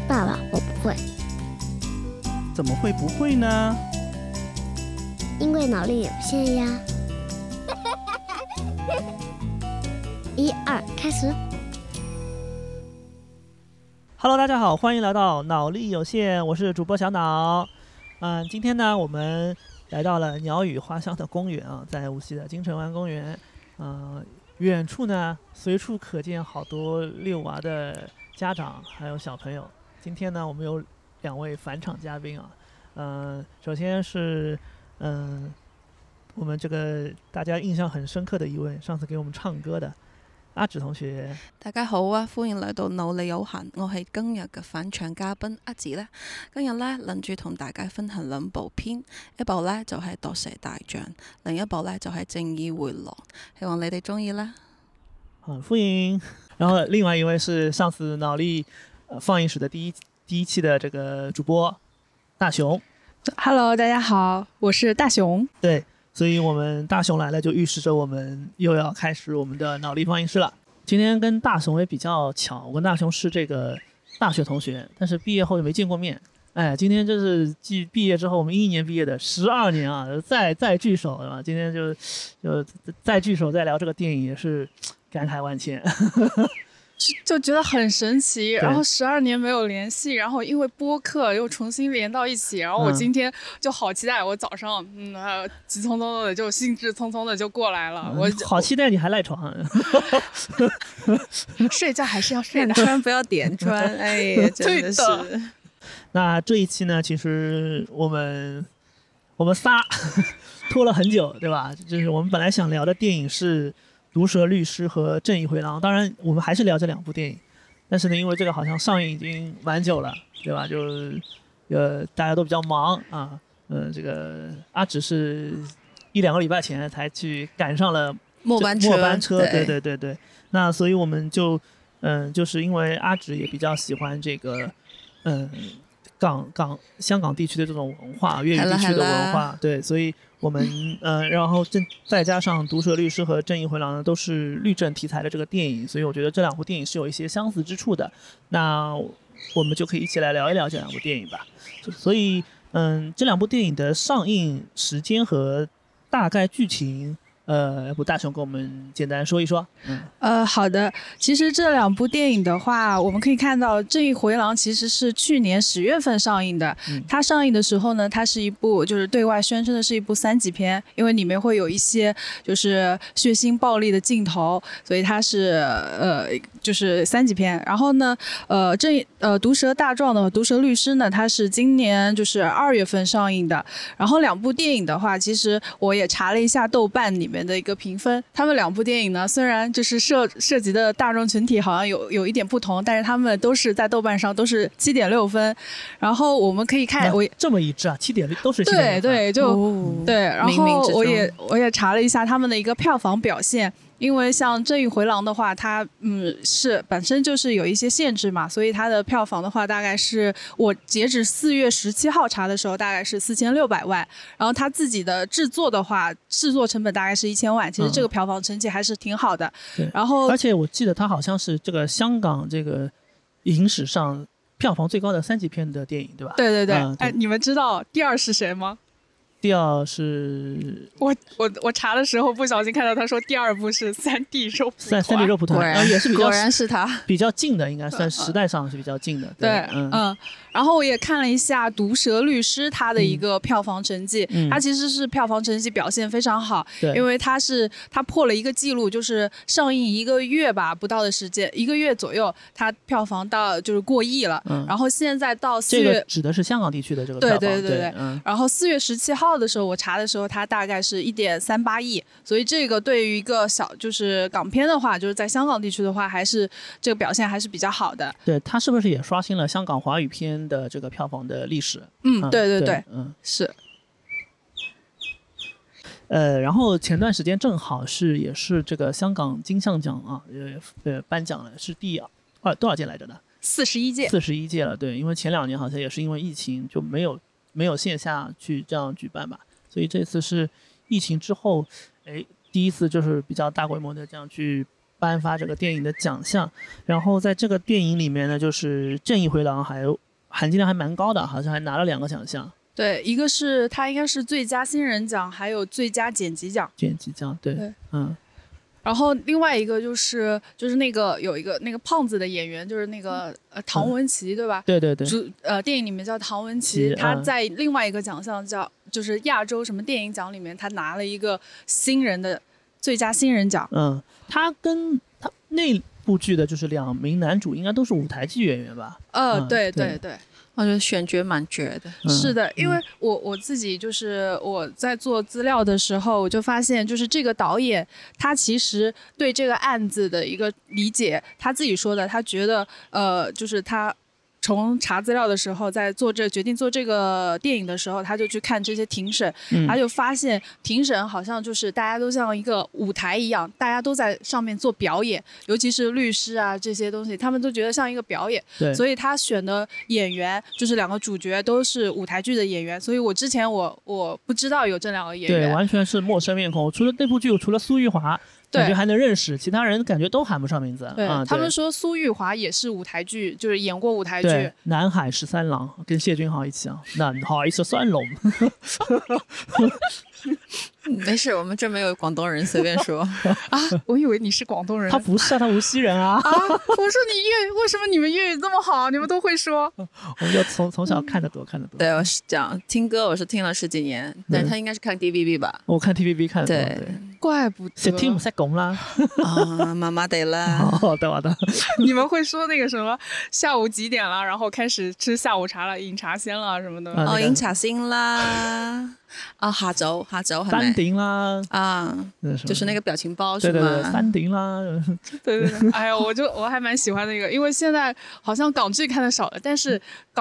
爸爸，我不会。 怎么会不会呢？ 因为脑力有限呀。1、2，开始。 Hello， 大家好，欢迎来到脑力有限，我是主播小脑。今天呢，我们来到了鸟语花香的公园啊，在无锡的金城湾公园。远处呢，随处可见好多遛娃的家长还有小朋友。今天呢，我们有2位返场嘉宾啊。首先是我们这个大家印象很深刻的一位，上次给我们唱歌的阿芷同學。 大家好啊，歡迎嚟到腦力有限，我係今日嘅返場嘉賓阿芷咧。今日咧諗住同大家分享2部片，一部咧就係《毒蛇大狀》，另一部咧就係《正義迴廊》，希望你哋中意啦。 好，歡迎。然後另外一位是上次腦力放映室的第一期的這個主播大雄。 Hello， 大家好，我是大雄。 對。所以我们大雄来了，就预示着我们又要开始我们的脑力放映室了。今天跟大雄也比较巧，我跟大雄是这个大学同学，但是毕业后就没见过面。今天就是继毕业之后，我们11年毕业的12年啊，再聚首啊，今天就再聚首，再聊这个电影，也是感慨万千。 就觉得很神奇，然后12年没有联系，然后因为播客又重新连到一起，然后我今天就好期待，我早上急匆匆的就兴致匆匆的就过来了。我好期待你还赖床。 睡觉还是要睡的， 点穿不要点穿。哎，真的是。 那这一期呢，其实我们仨拖了很久，对吧？就是我们本来想聊的电影是毒蛇律师和正义回廊，当然我们还是聊这2部电影，但是呢，因为这个好像上映已经蛮久了，对吧？就大家都比较忙啊，这个阿芷是1-2个礼拜前才去赶上了末班车， 对。那所以我们就是因为阿芷也比较喜欢这个香港地区的这种文化，粤语地区的文化，对，所以我们然后再加上毒蛇律师和正义回廊呢，都是律政题材的这个电影，所以我觉得这2部电影是有一些相似之处的。那我们就可以一起来聊一聊这2部电影吧。所以这2部电影的上映时间和大概剧情，要不大雄跟我们简单说一说。 好的。其实这2部电影的话，我们可以看到《正义回廊》其实是去年10月份上映的。它上映的时候呢，它是一部就是对外宣称的是一部3级片，因为里面会有一些就是血腥暴力的镜头，所以它是就是3级片。然后呢，毒蛇大状的毒蛇律师呢，它是今年就是2月份上映的。然后2部电影的话，其实我也查了一下豆瓣里面的一个评分，他们2部电影呢，虽然就是涉及的大众群体好像有一点不同，但是他们都是在豆瓣上都是7.6分。然后我们可以看， 这么一致啊，7.6都是7.6分。 对，对。然后我也查了一下他们的一个票房表现。因为像《正义回廊》的话，它是本身就是有一些限制嘛，所以它的票房的话，大概是我截止4月17号查的时候，大概是4600万。然后它自己的制作的话，制作成本大概是1000万，其实这个票房成绩还是挺好的。然后而且我记得它好像是这个香港这个影史上票房最高的3级片的电影，对吧？ 对。你们知道第2是谁吗？ 第2是我查的时候不小心看到他说第2部是3D 肉蒲团。 3D 肉蒲团也是果然是他比较近的，应该算时代上是比较近的。 对，然后我也看了一下毒蛇律师他的一个票房成绩，他其实是票房成绩表现非常好，因为他破了一个记录，就是上映1个月吧不到的时间，1个月左右，他票房到就是过亿了。然后现在到4月， 这个指的是香港地区的这个票房。 对。然后4月17号的时候，我查的时候，它大概是1.38亿，所以这个对于一个就是港片的话，就是在香港地区的话，还是这个表现还是比较好的。 对，它是不是也刷新了香港华语片的这个票房的历史？ 对，是。 然后前段时间正好也是这个香港金像奖啊，颁奖了，是第多少届来着的？41届了。对，因为前2年好像也是因为疫情就没有线下去这样举办吧，所以这次是疫情之后，第一次就是比较大规模的这样去颁发这个电影的奖项。然后在这个电影里面呢，就是《正义回廊》含金量还蛮高的，好像还拿了2个奖项。 对，一个是他应该是最佳新人奖，还有最佳剪辑奖。 剪辑奖，对， 然后另外一个就是那个有一个那个胖子的演员，就是那个唐文琪，对吧？ 对对对。 电影里面叫唐文琪，他在另外一个奖项就是亚洲什么电影奖里面，他拿了一个新人的最佳新人奖。 他跟他那部剧的就是2名男主应该都是舞台剧演员吧？ 对对对。 我觉得选角蛮绝的。 是的，因为我自己就是我在做资料的时候，我就发现就是这个导演他其实对这个案子的一个理解，他自己说的，他觉得就是他从查资料的时候，在决定做这个电影的时候，他就去看这些庭审，他就发现庭审好像就是大家都像一个舞台一样，大家都在上面做表演，尤其是律师啊这些东西，他们都觉得像一个表演。所以他选的演员就是2个主角都是舞台剧的演员，所以我之前我不知道有这2个演员， 对，完全是陌生面孔。除了那部剧，除了苏玉华。感觉还能认识，其他人感觉都喊不上名字。 对，他们说苏玉华也是舞台剧，就是演过舞台剧。 对，南海13郎跟谢君豪一起啊，南海13郎。 没事，我们这没有广东人，随便说。 啊，我以为你是广东人。 他不是啊，他无锡人啊。 我说为什么你们粤语这么好，你们都会说？ 我们就从小看得多。 对，我是讲听歌，我是听了10几年，但是他应该是看 TVB 吧？ 我看 TVB 看得多。 对， 怪不得。 是聽唔識講啦。 麻麻地啦。 好的。 你们会说那个什么下午几点了，然后开始吃下午茶了，饮茶仙了什么的。 飲茶仙啦。下晝係咪 3點啦。 就是那個表情包是嗎？ 對3點啦。 對。哎呀，我還蠻喜歡那個，因為現在好像港劇看得少了，但是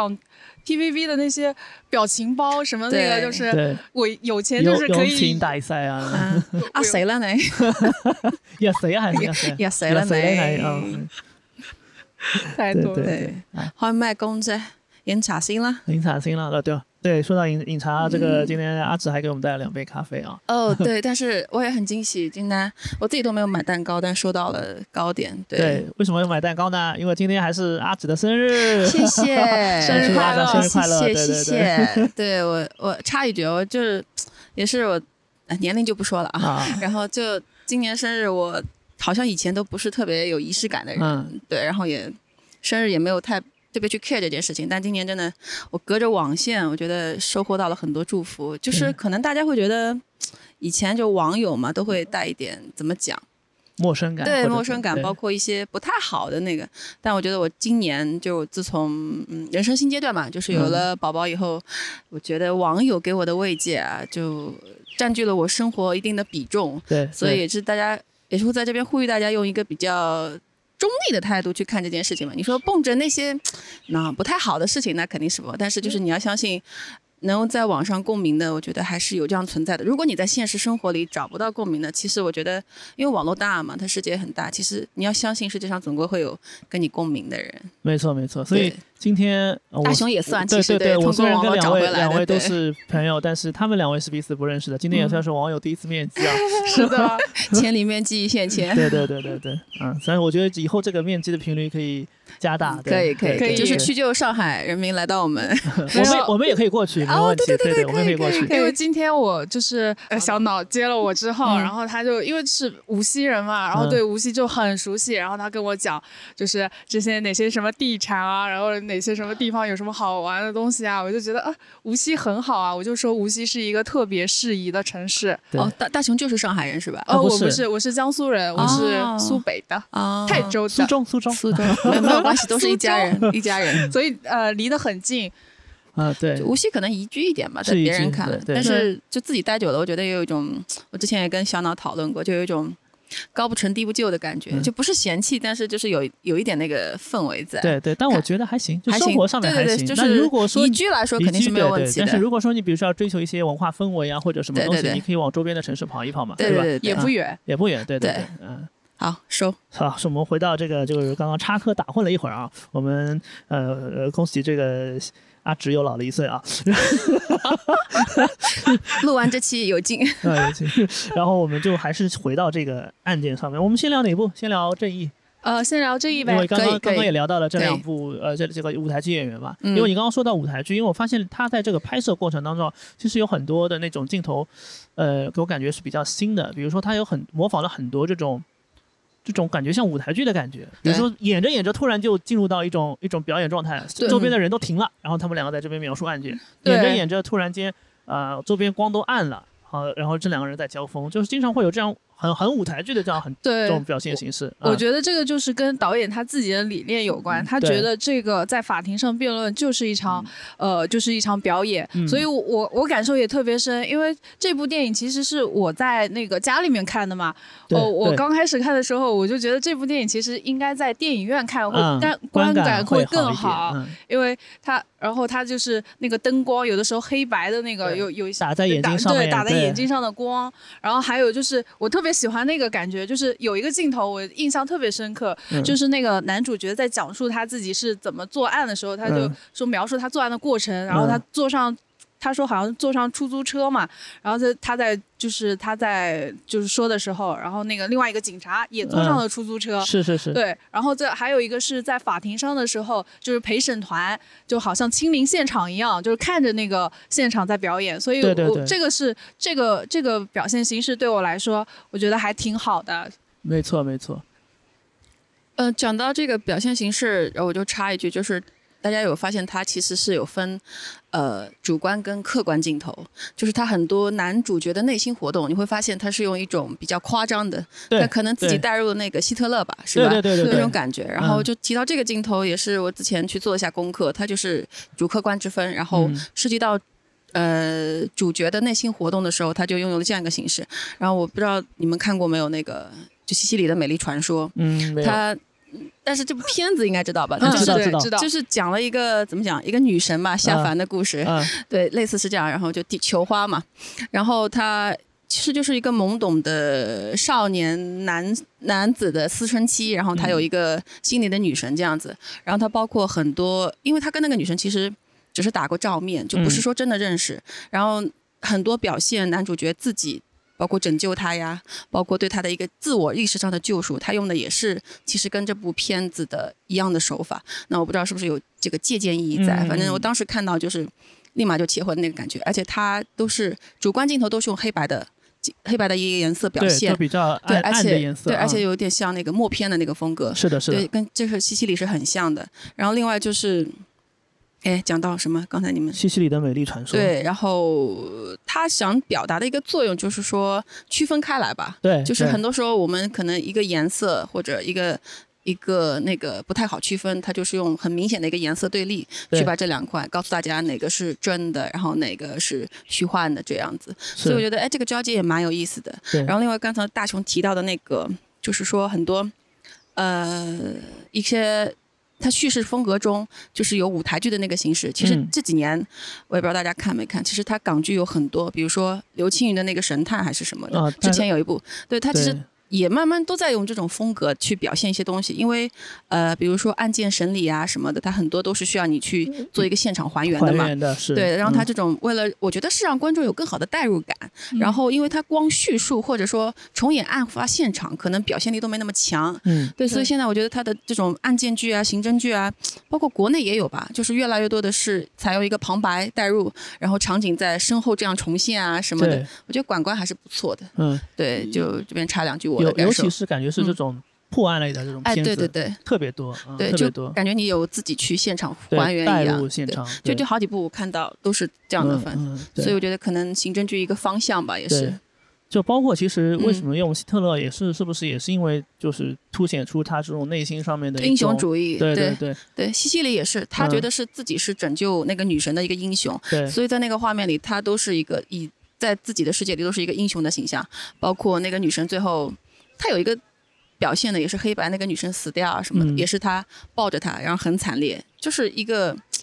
TVB 的那些表情包什麼那個就是我有錢就是可以有錢大細啊。 死啦你。 死啊係。 吔死啦你。 太多了。 開咩工啫？飲茶先啦。 對，說到飲茶，這個今天阿芷還給我們帶了2杯咖啡啊。 對，但是我也很驚喜，今天我自己都沒有買蛋糕，但收到了糕點。 對，為什麼要買蛋糕呢？因為今天還是阿芷的生日。 謝謝， 生日快樂，生日快樂。 謝謝。對，我插一句，我就是也是我年齡就不說了啊。然後就今年生日，我好像以前都不是特別有儀式感的人，對，然後也生日也沒有特別去 care 這件事情，但今年真的我隔着網線，我覺得收穫到了很多祝福。就是可能大家會覺得以前就網友嘛都會帶一點怎麼講陌生感， 對陌生感，包括一些不太好的那個。但我覺得我今年就自從人生新階段嘛，就是有了寶寶以後，我覺得網友給我的慰藉啊，就佔據了我生活一定的比重。 對， 所以也是大家也是會在這邊呼籲大家用一個比較中立的態度去看這件事情嘛。你說蹦着那些不太好的事情，那肯定是不，但是就是你要相信能夠在網上共鳴的，我覺得還是有這樣存在的。如果你在現實生活裡找不到共鳴的，其實我覺得因為網絡大嘛，它世界很大，其實你要相信世界上總歸會有跟你共鳴的人。 沒錯沒錯，所以今天大雄也算， 對對對，我雖然跟兩位都是朋友，但是他們2位是彼此不認識的，今天也算是網友第一次面基啊。 是的， 千里面基一線牽。 對對對對對，所以我覺得以後這個面基的頻率可以加大。 可以，就是去就上海人民來到我們， 我們也可以過去，沒問題。對，我們可以過去。 因為今天我就是小腦接了我之後，然後他就因為是無錫人嘛，然後對無錫就很熟悉，然後他跟我講就是這些哪些什麼地產啊，然後哪些什麼地方有什麼好玩的東西啊，我就覺得無錫很好啊，我就說無錫是一個特別適宜的城市。 大雄就是上海人是吧？ 我不是，我是江蘇人，我是蘇北的，泰州的。 蘇州沒有關係，都是一家人， 所以離得很近。 對， 無錫可能宜居一點吧，在別人看，但是就自己待久了，我覺得也有一種，我之前也跟小腦討論過，就有一種高不成低不就的感覺，就不是嫌棄，但是就是有一點那個氛圍在。 對，但我覺得還行，就生活上面還行。 就是如果說宜居來說肯定是沒有問題的， 但是如果說你比如說要追求一些文化氛圍啊或者什麼東西，你可以往周邊的城市跑一跑嘛，對吧？ 也不遠， 對。 好收。 好，是我们回到这个就是刚刚插科打诨了一会儿啊，我们恭喜这个阿直又老了1岁啊， 录完这期有劲。 有劲。然后我们就还是回到这个案件上面，我们先聊哪部？先聊正义。 先聊正义呗。 因为刚刚也聊到了这2部这个舞台剧演员嘛，因为你刚刚说到舞台剧，因为我发现他在这个拍摄过程当中，其实有很多的那种镜头，给我感觉是比较新的，比如说他模仿了很多这种感觉像舞台剧的感觉，比如说演着演着突然就进入到一种表演状态，周边的人都停了，然后他们2个在这边描述案件，演着演着突然间周边光都暗了，然后这2个人在交锋，就是经常会有这样很舞台剧的这样这种表现形式。 我觉得这个就是跟导演他自己的理念有关，他觉得这个在法庭上辩论就是一场表演，所以我感受也特别深，因为这部电影其实是我在那个家里面看的嘛。我刚开始看的时候，我就觉得这部电影其实应该在电影院看观感会更好，因为然后它就是那个灯光，有的时候黑白的那个有打在眼睛上面， 打在眼睛上的光，然后还有就是我特别喜欢那个感觉，就是有一个镜头我印象特别深刻，就是那个男主角在讲述他自己是怎么作案的时候，他就说描述他作案的过程，然后他说好像坐上出租车嘛，然后他在说的时候，然后那个另外一个警察也坐上了出租车， 是对，然后还有一个是在法庭上的时候，就是陪审团就好像亲临现场一样，就是看着那个现场在表演，所以这个是这个表现形式对我来说，我觉得还挺好的。 没错。 讲到这个表现形式，然后我就插一句，就是大家有发现它其实是有分主观跟客观镜头，就是他很多男主角的内心活动，你会发现他是用一种比较夸张的，他可能自己带入那个希特勒吧，是吧？对，那种感觉。然后就提到这个镜头，也是我之前去做一下功课，它就是主客观之分，然后涉及到主角的内心活动的时候，他就拥有了这样一个形式。然后我不知道你们看过没有那个就西西里的美丽传说， 没有。 但是这部片子应该知道吧？ 知道， 就是讲了一个怎么讲，一个女神嘛下凡的故事，对，类似是这样。然后就求花嘛，然后他其实就是一个懵懂的少年男子的思春期，然后他有一个心里的女神这样子。然后他包括很多，因为他跟那个女神其实只是打过照面，就不是说真的认识。然后很多表现男主角自己。包括拯救他呀，包括对他的一个自我意识上的救赎，他用的也是其实跟这部片子的一样的手法。那我不知道是不是有这个借鉴意义在，反正我当时看到就是立马就切换那个感觉，而且他都是主观镜头都是用黑白的一个颜色表现， 对，就比较暗的颜色， 对，而且有点像那个默片的那个风格， 是的， 对，跟这个西西里是很像的。然后另外就是。讲到什么？刚才你们西西里的美丽传说。 对，然后他想表达的一个作用就是说区分开来吧。 对， 就是很多时候我们可能一个颜色或者一个那个不太好区分，它就是用很明显的一个颜色对立去把这2块告诉大家哪个是真的，然后哪个是虚幻的这样子。所以我觉得这个交接也蛮有意思的。然后另外刚才大雄提到的那个，就是说很多一些。它叙事风格中就是有舞台剧的那个形式，其实这几年我也不知道大家看没看，其实它港剧有很多，比如说刘青云的那个神探还是什么的，之前有一部，对，它其实也慢慢都在用这种风格去表现一些东西，因为比如说案件审理啊什么的，它很多都是需要你去做一个现场还原的嘛，对，然后它这种为了我觉得是让观众有更好的代入感，然后因为它光叙述或者说重演案发现场，可能表现力都没那么强，对，所以现在我觉得它的这种案件剧啊、刑侦剧啊，包括国内也有吧，就是越来越多的是采用一个旁白代入，然后场景在身后这样重现啊什么的，我觉得感官还是不错的，对，就这边插2句我。 尤其是感觉是这种破案类的这种片子， 对， 特别多， 对， 特别多， 就感觉你有自己去现场还原一样， 带入现场， 就好几部我看到都是这样的所以我觉得可能刑侦剧一个方向吧，也是。 就包括其实为什么用希特勒也是，是不是也是因为就是凸显出他这种内心上面的英雄主义？ 对， 西西里也是，他觉得是自己是拯救那个女神的一个英雄，所以在那个画面里，他都是一个在自己的世界里都是一个英雄的形象，包括那个女神最后。他有一个表现的也是黑白，那个女生死掉啊什么的，也是他抱着她，然后很惨烈，就是一个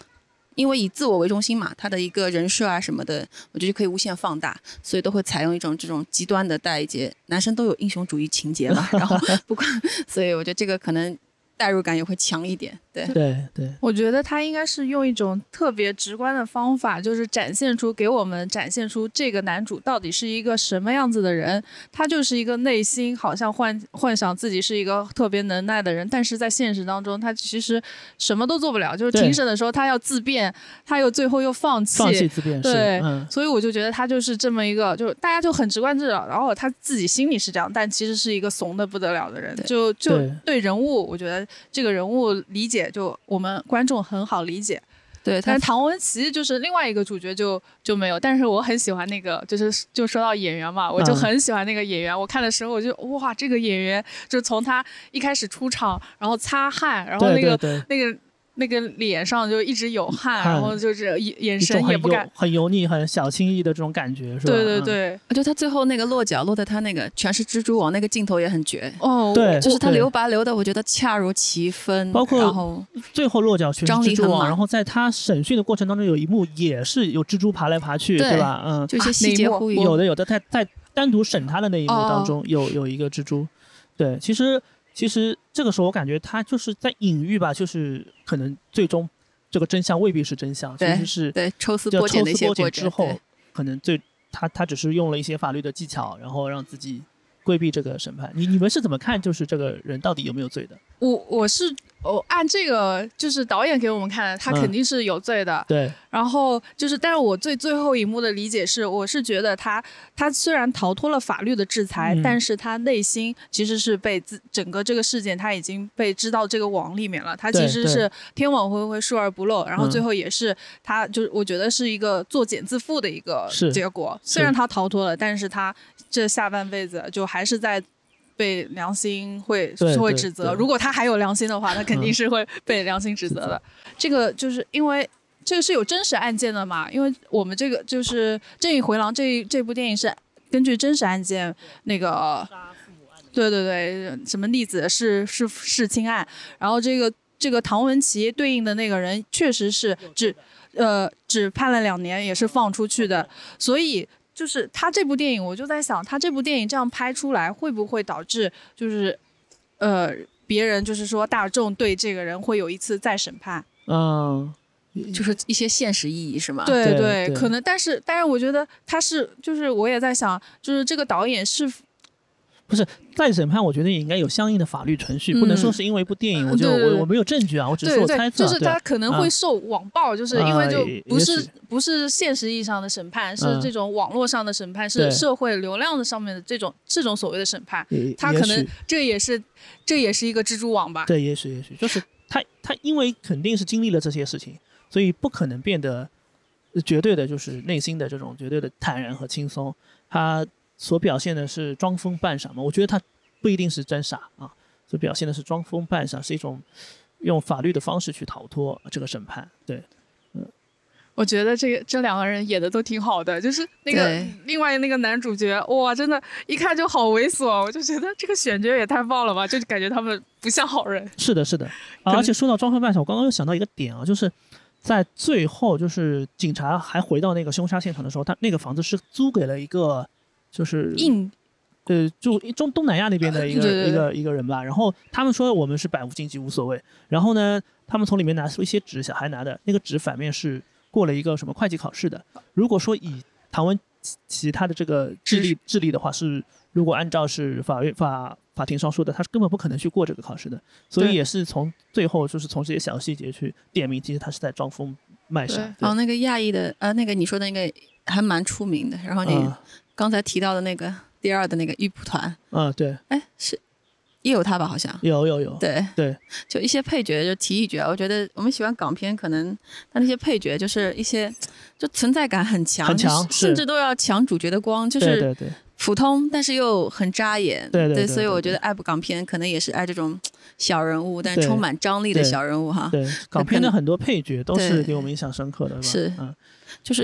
因为以自我为中心嘛，他的一个人设啊什么的，我觉得可以无限放大，所以都会采用一种这种极端的带一节，男生都有英雄主义情节嘛，然后不管，所以我觉得这个可能代入感也会强一点。 对， 我觉得他应该是用一种特别直观的方法，就是给我们展现出这个男主到底是一个什么样子的人。他就是一个内心好像幻想自己是一个特别能耐的人，但是在现实当中他其实什么都做不了，就是庭审的时候他要自辩，他又最后又放弃自辩， 对、所以我就觉得他就是这么一个，就是大家就很直观知道，然后他自己心里是这样，但其实是一个怂的不得了的人。就对人物，我觉得这个人物理解就我们观众很好理解。 对， 但是唐文琪就是另外一个主角就没有，但是我很喜欢那个，就说到演员嘛，我就很喜欢那个演员。我看的时候我就哇，这个演员就从他一开始出场，然后擦汗，然后那个脸上就一直有汗，然后就是眼神也不敢很油腻、很小心翼翼的这种感觉，是吧？ 对， 我觉得他最后那个落脚落在他那个全是蜘蛛网那个镜头也很绝哦， 对， 就是他留白留的，我觉得恰如其分。 包括然后最后落脚全是蜘蛛网，然后在他审讯的过程当中有一幕也是有蜘蛛爬来爬去，对吧？ 就一些细节呼应。 有的在单独审他的那一幕当中有一个蜘蛛，对，其实这个时候我感觉他就是在隐喻吧，就是可能最终这个真相未必是真相，其实是对抽丝剥茧的一些过程之后，可能他只是用了一些法律的技巧，然后让自己规避这个审判。你们是怎么看？就是这个人到底有没有罪的？ 我按这个就是导演给我们看的，他肯定是有罪的。 对。 然后就是，但是我最后一幕的理解是，我是觉得他虽然逃脱了法律的制裁，但是他内心其实是被整个这个事件他已经被知道这个网里面了，他其实是天网恢恢疏而不漏，然后最后也是他就我觉得是一个作茧自缚的一个结果。虽然他逃脱了，但是他这下半辈子就还是在被良心会指责。如果他还有良心的话，他肯定是会被良心指责的。这个就是因为这个是有真实案件的嘛，因为我们这个就是《正义回廊》这部电影是根据真实案件那个，对，什么逆子是亲案，然后这个唐文琪对应的那个人确实是只判了2年，也是放出去的，所以。就是他这部电影，我就在想，他这部电影这样拍出来，会不会导致就是别人就是说大众对这个人会有一次再审判？ 就是一些现实意义是吗？ 对，可能，但是我觉得他是，就是我也在想，就是这个导演是。 不是再审判，我觉得也应该有相应的法律程序，不能说是因为一部电影，我没有证据啊，我只是我猜测， 就是他可能会受网暴，就是因为就不是现实意义上的审判，是这种网络上的审判，是社会流量的上面的这种所谓的审判，他可能这也是一个蜘蛛网吧？ 对，也许就是他因为肯定是经历了这些事情，所以不可能变得绝对的就是内心的这种绝对的坦然和轻松，他。所表现的是装疯扮傻嘛？我觉得他不一定是真傻啊，所表现的是装疯扮傻，是一种用法律的方式去逃脱这个审判。对， 我觉得这2个人演的都挺好的，就是那个另外那个男主角，哇，真的，一看就好猥琐，我就觉得这个选角也太棒了吧，就感觉他们不像好人。 是的，而且说到装疯扮傻，我刚刚又想到一个点啊，就是在最后，就是警察还回到那个凶杀现场的时候，他那个房子是租给了一个。就是就东南亚那边的一个人吧，然后他们说我们是百无禁忌无所谓，然后呢，他们从里面拿出一些纸，小孩拿的那个纸反面是过了一个什么会计考试的。如果说以唐文琪他的这个智力的话，是如果按照是法庭上说的，他是根本不可能去过这个考试的，所以也是从最后就是从这些小细节去点明，其实他是在装疯卖傻。 那个亚裔的那个你说的那个还蛮出名的，然后你。刚才提到的那个第2的那个玉蒲团， 对， 是也有他吧？好像有，对， 就一些配角，就提议角。我觉得我们喜欢港片，可能他那些配角就是一些就存在感很强，甚至都要抢主角的光，就是普通但是又很扎眼。对，所以我觉得爱部港片可能也是爱这种小人物，但充满张力的小人物哈。 对，港片的很多配角都是给我们印象深刻的， 是，就是。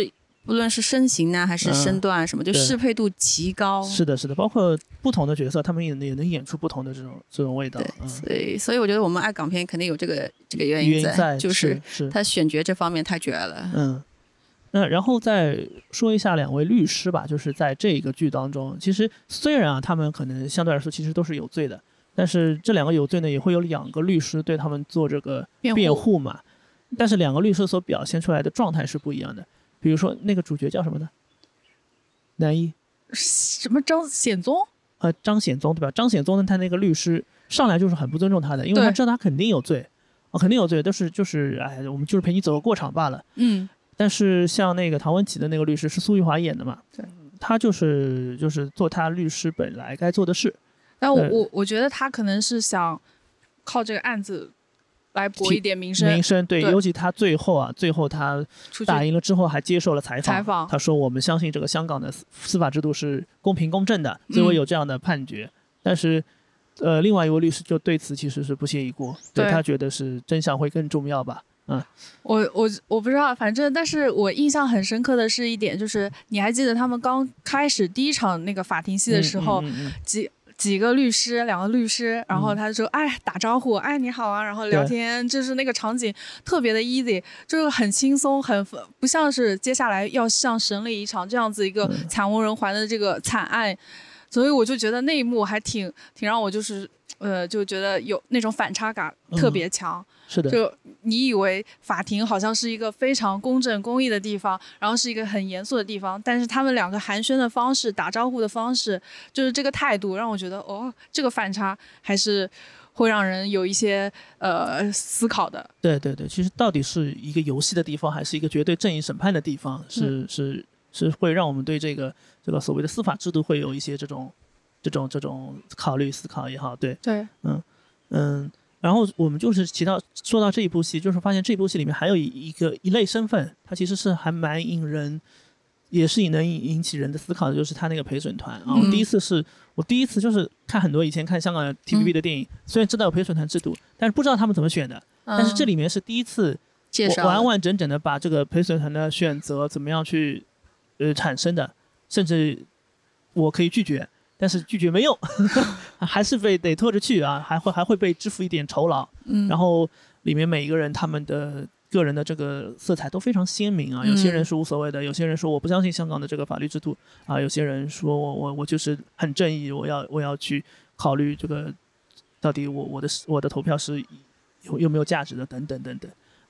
不论是身形啊还是身段什么，就适配度极高。 是的，是的，包括不同的角色，他们也能演出不同的这种味道。 对，所以我觉得我们爱港片肯定有这个原因在，就是他选角这方面太绝了。 那然后再说一下两位律师吧，就是在这个剧当中，其实虽然啊他们可能相对来说其实都是有罪的，但是这两个有罪呢也会有2个律师对他们做这个辩护嘛，但是2个律师所表现出来的状态是不一样的。比如说那个主角叫什么呢？男一什么张显宗？ 张显宗对吧？张显宗呢，他那个律师上来就是很不尊重他的，因为他知道他肯定有罪，肯定有罪，但是就是哎，我们就是陪你走个过场罢了。但是像那个唐文琪的那个律师是苏玉华演的嘛，他就是做他律师本来该做的事。 但我觉得他可能是想靠这个案子来博一点名声。 对，尤其他最后他打赢了之后还接受了采访，他说我们相信这个香港的司法制度是公平公正的，所以我有这样的判决。但是另外一位律师就对此其实是不屑一顾，对他觉得是真相会更重要吧。 我不知道，反正但是我印象很深刻的是一点，就是你还记得他们刚开始第一场那个法庭戏的时候，几个律师，2个律师，然后他就说哎打招呼，哎你好啊，然后聊天，就是那个场景特别的 easy， 就是很轻松，很不像是接下来要像审理一场这样子一个惨无人寰的这个惨案，所以我就觉得那一幕还挺让我就是就觉得有那种反差感特别强。 是的， 就你以为法庭好像是一个非常公正公义的地方，然后是一个很严肃的地方，但是他们2个寒暄的方式，打招呼的方式，就是这个态度让我觉得这个反差还是会让人有一些思考的。 对，其实到底是一个游戏的地方还是一个绝对正义审判的地方，是会让我们对这个所谓的司法制度会有一些这种考虑思考也好。对，然后我们就是说到这一部戏，就是发现这部戏里面还有一类身份，它其实是还蛮引人，也是能引起人的思考的，就是他那个陪审团啊。我第一次就是看很多以前看香港 TVB 的电影，虽然知道有陪审团制度，但是不知道他们怎么选的。但是这里面是第一次完完整整的把这个陪审团的选择怎么样去产生的，甚至我可以拒绝。但是拒绝没用还是得拖着去啊，还会被支付一点酬劳。然后里面每一个人他们的个人的这个色彩都非常鲜明啊，有些人是无所谓的，有些人说我不相信香港的这个法律制度啊，有些人说我就是很正义，我要去考虑这个到底我的投票是有没有价值的等等等等。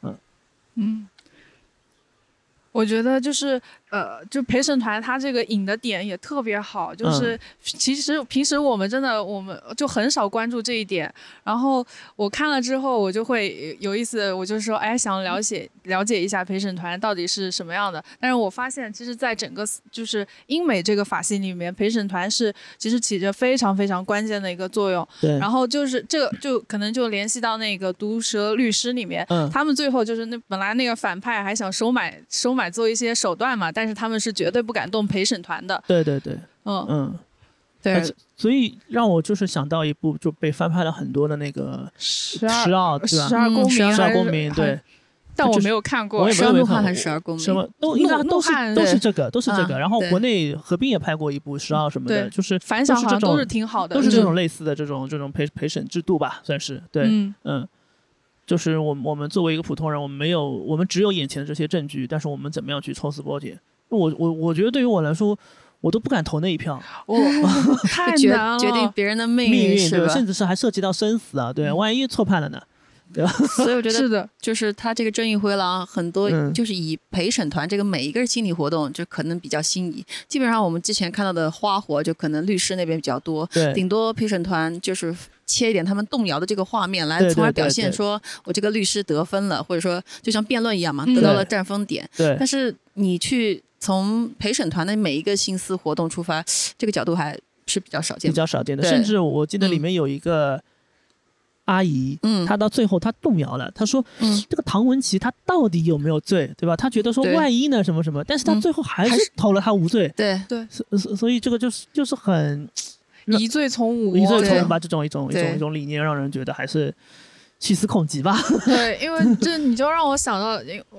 我觉得就是就陪审团他这个引的点也特别好，就是其实平时我们就很少关注这一点，然后我看了之后我就会有意思，我就说哎想了解一下陪审团到底是什么样的。但是我发现其实在整个就是英美这个法系里面，陪审团是其实起着非常非常关键的一个作用。 对， 然后就是这个就可能就联系到那个毒舌律师里面，他们最后就是本来那个反派还想收买做一些手段嘛，但是他们是绝对不敢动陪审团的。 对， 对， 所以让我就是想到一部就被翻拍了很多的那个12公民，对。 但我没有看过， 我也没有看过。 还是12公民， 什么都是这个。然后国内何冰也拍过一部12什么的，就是反响好像都是挺好的， 都是这种类似的这种陪审制度吧，算是对，就是我们作为一个普通人，我们只有眼前的这些证据，但是我们怎么样去抽丝剥茧？我觉得对于我来说，我都不敢投那一票， 太难了， 决定别人的命运是吧？ 甚至是还涉及到生死啊，对，万一错判了呢？对吧？ 所以我觉得是的， 就是他这个正义回廊很多就是以陪审团这个每一个心理活动就可能比较新颖。基本上我们之前看到的花活就可能律师那边比较多，顶多陪审团就是切一点他们动摇的这个画面来，从而表现说我这个律师得分了，或者说就像辩论一样嘛，得到了占分点。 对， 但是你去从陪审团的每一个心思活动出发，这个角度还是比较少见的。甚至我记得里面有一个阿姨，她到最后她动摇了，她说，这个唐文琪她到底有没有罪，对吧？她觉得说万一呢什么什么，但是她最后还是投了他无罪。 对， 所以这个就是很疑罪从无吧，这种一种理念，让人觉得还是细思恐极吧。 对，因为这你就让我想到，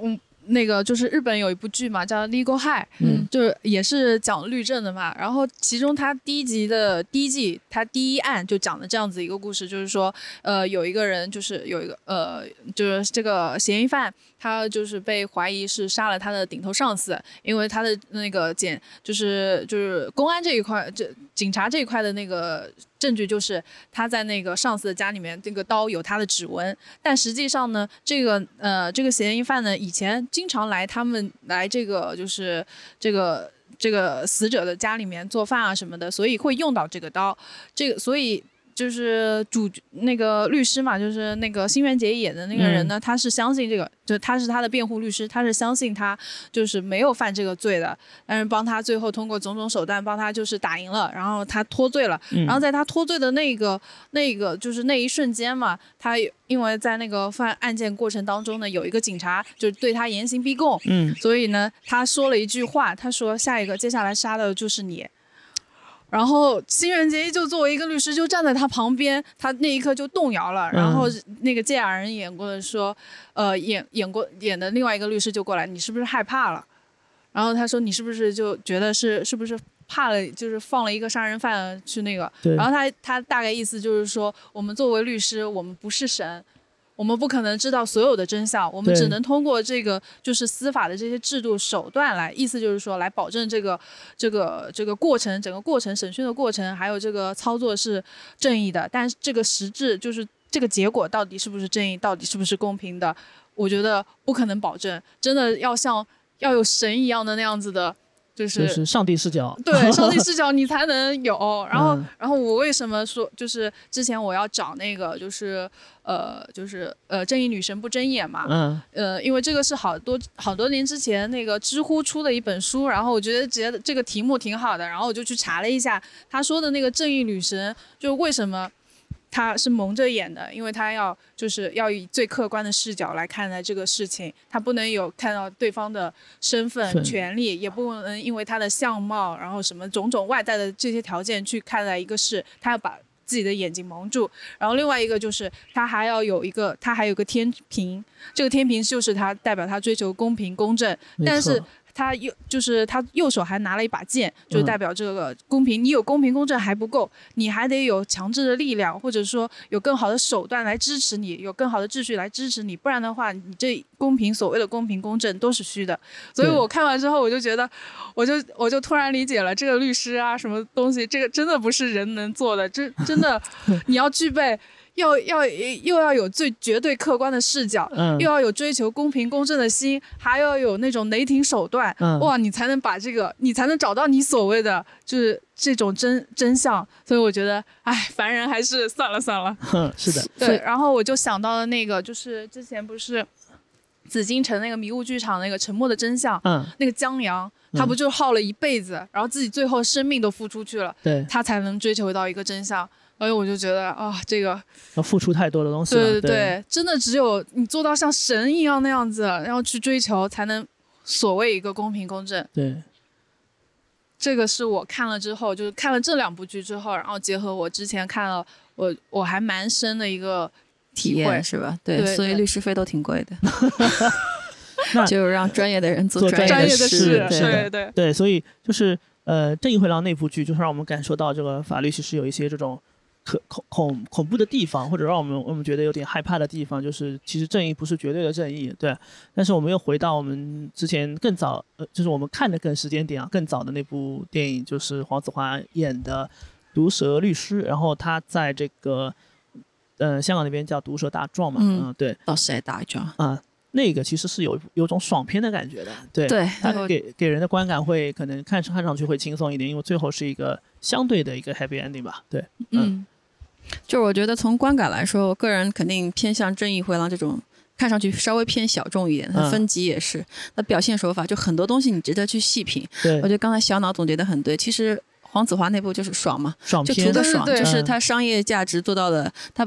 那个就是日本有一部剧嘛，叫《Legal High》，就是也是讲律政的嘛。然后其中他第一季他第一案就讲的这样子一个故事，就是说，有一个人就是有一个就是这个嫌疑犯，他就是被怀疑是杀了他的顶头上司，因为他的那个就是公安这一块，警察这一块的那个证据就是他在那个上司的家里面，这个刀有他的指纹，但实际上呢，这个嫌疑犯呢，以前经常来这个就是这个死者的家里面做饭啊什么的，所以会用到这个刀，所以。就是那个律师嘛，就是那个新垣结衣演的那个人呢，他是相信这个，就他是他的辩护律师，他是相信他就是没有犯这个罪的，但是帮他最后通过种种手段帮他就是打赢了，然后他脱罪了，然后在他脱罪的那个就是那一瞬间嘛，他因为在那个犯案件过程当中呢，有一个警察就是对他严刑逼供，所以呢他说了一句话，他说接下来杀的就是你。然后新垣结衣就作为一个律师就站在他旁边，他那一刻就动摇了。然后那个芥雅人演过的说，演的另外一个律师就过来，你是不是害怕了？然后他说你是不是就觉得是不是怕了，就是放了一个杀人犯去那个？然后他大概意思就是说，我们作为律师，我们不是神。我们不可能知道所有的真相，我们只能通过这个就是司法的这些制度手段来，意思就是说来保证这个过程，整个过程审讯的过程，还有这个操作是正义的。但是这个实质就是这个结果到底是不是正义，到底是不是公平的，我觉得不可能保证。真的要有神一样的那样子的。 就是上帝视角， 对，上帝视角你才能有。然后我为什么说就是之前我要找那个就是正义女神不睁眼嘛，因为这个是好多年之前那个知乎出的一本书，然后我觉得这个题目挺好的，然后我就去查了一下他说的那个正义女神，就为什么他是蒙着眼的，因为他要以最客观的视角来看待这个事情，他不能有看到对方的身份、权利，也不能因为他的相貌，然后什么种种外在的这些条件去看待一个事，他要把自己的眼睛蒙住。然后另外一个就是他还有一个天平，这个天平就是他代表他追求公平公正，但是他右手还拿了一把剑，就代表这个公平。你有公平公正还不够，你还得有强制的力量，或者说有更好的手段来支持你，有更好的秩序来支持你，不然的话，你这所谓的公平公正都是虚的。所以我看完之后，我就觉得，我就突然理解了这个律师啊，什么东西，这个真的不是人能做的，这真的你要具备。又要有最绝对客观的视角，又要有追求公平公正的心，还要有那种雷霆手段，哇，你才能找到你所谓的就是这种真相。所以我觉得，凡人还是算了。 是的， 对。然后我就想到了那个，就是之前不是紫禁城那个迷雾剧场那个《沉默的真相》，那个江阳，他不就耗了一辈子，然后自己最后生命都付出去了，对，他才能追求到一个真相。所以我就觉得这个要付出太多的东西了。 对，真的只有你做到像神一样那样子，然后去追求，才能所谓一个公平公正。 对， 这个是我看了之后，就是看了这2部剧之后，然后结合我之前看了，我还蛮深的一个体验，是吧？对，所以律师费都挺贵的。就让专业的人做专业的事。 对，所以就是正义回廊那部剧就是让我们感受到这个法律其实有一些这种恐怖的地方，或者让我们觉得有点害怕的地方，就是其实正义不是绝对的正义，对。但是我们又回到我们之前更早就是我们看的时间点更早的那部电影，就是黄子华演的《毒舌律师》，然后他在这个香港那边叫《毒舌大状》嘛，对， 毒舌大状啊。那个其实是有种爽片的感觉的，对，它给人的观感会可能看上去会轻松一点，因为最后是一个相对的一个 happy ending 吧，对， 就是我觉得从观感来说，我个人肯定偏向正义回廊这种看上去稍微偏小众一点，它分级也是，它表现手法就很多东西你值得去细品。对，我觉得刚才小脑总结得很对，其实黄子华那部就是爽嘛， 爽片就图个爽，就是他商业价值做到了，他把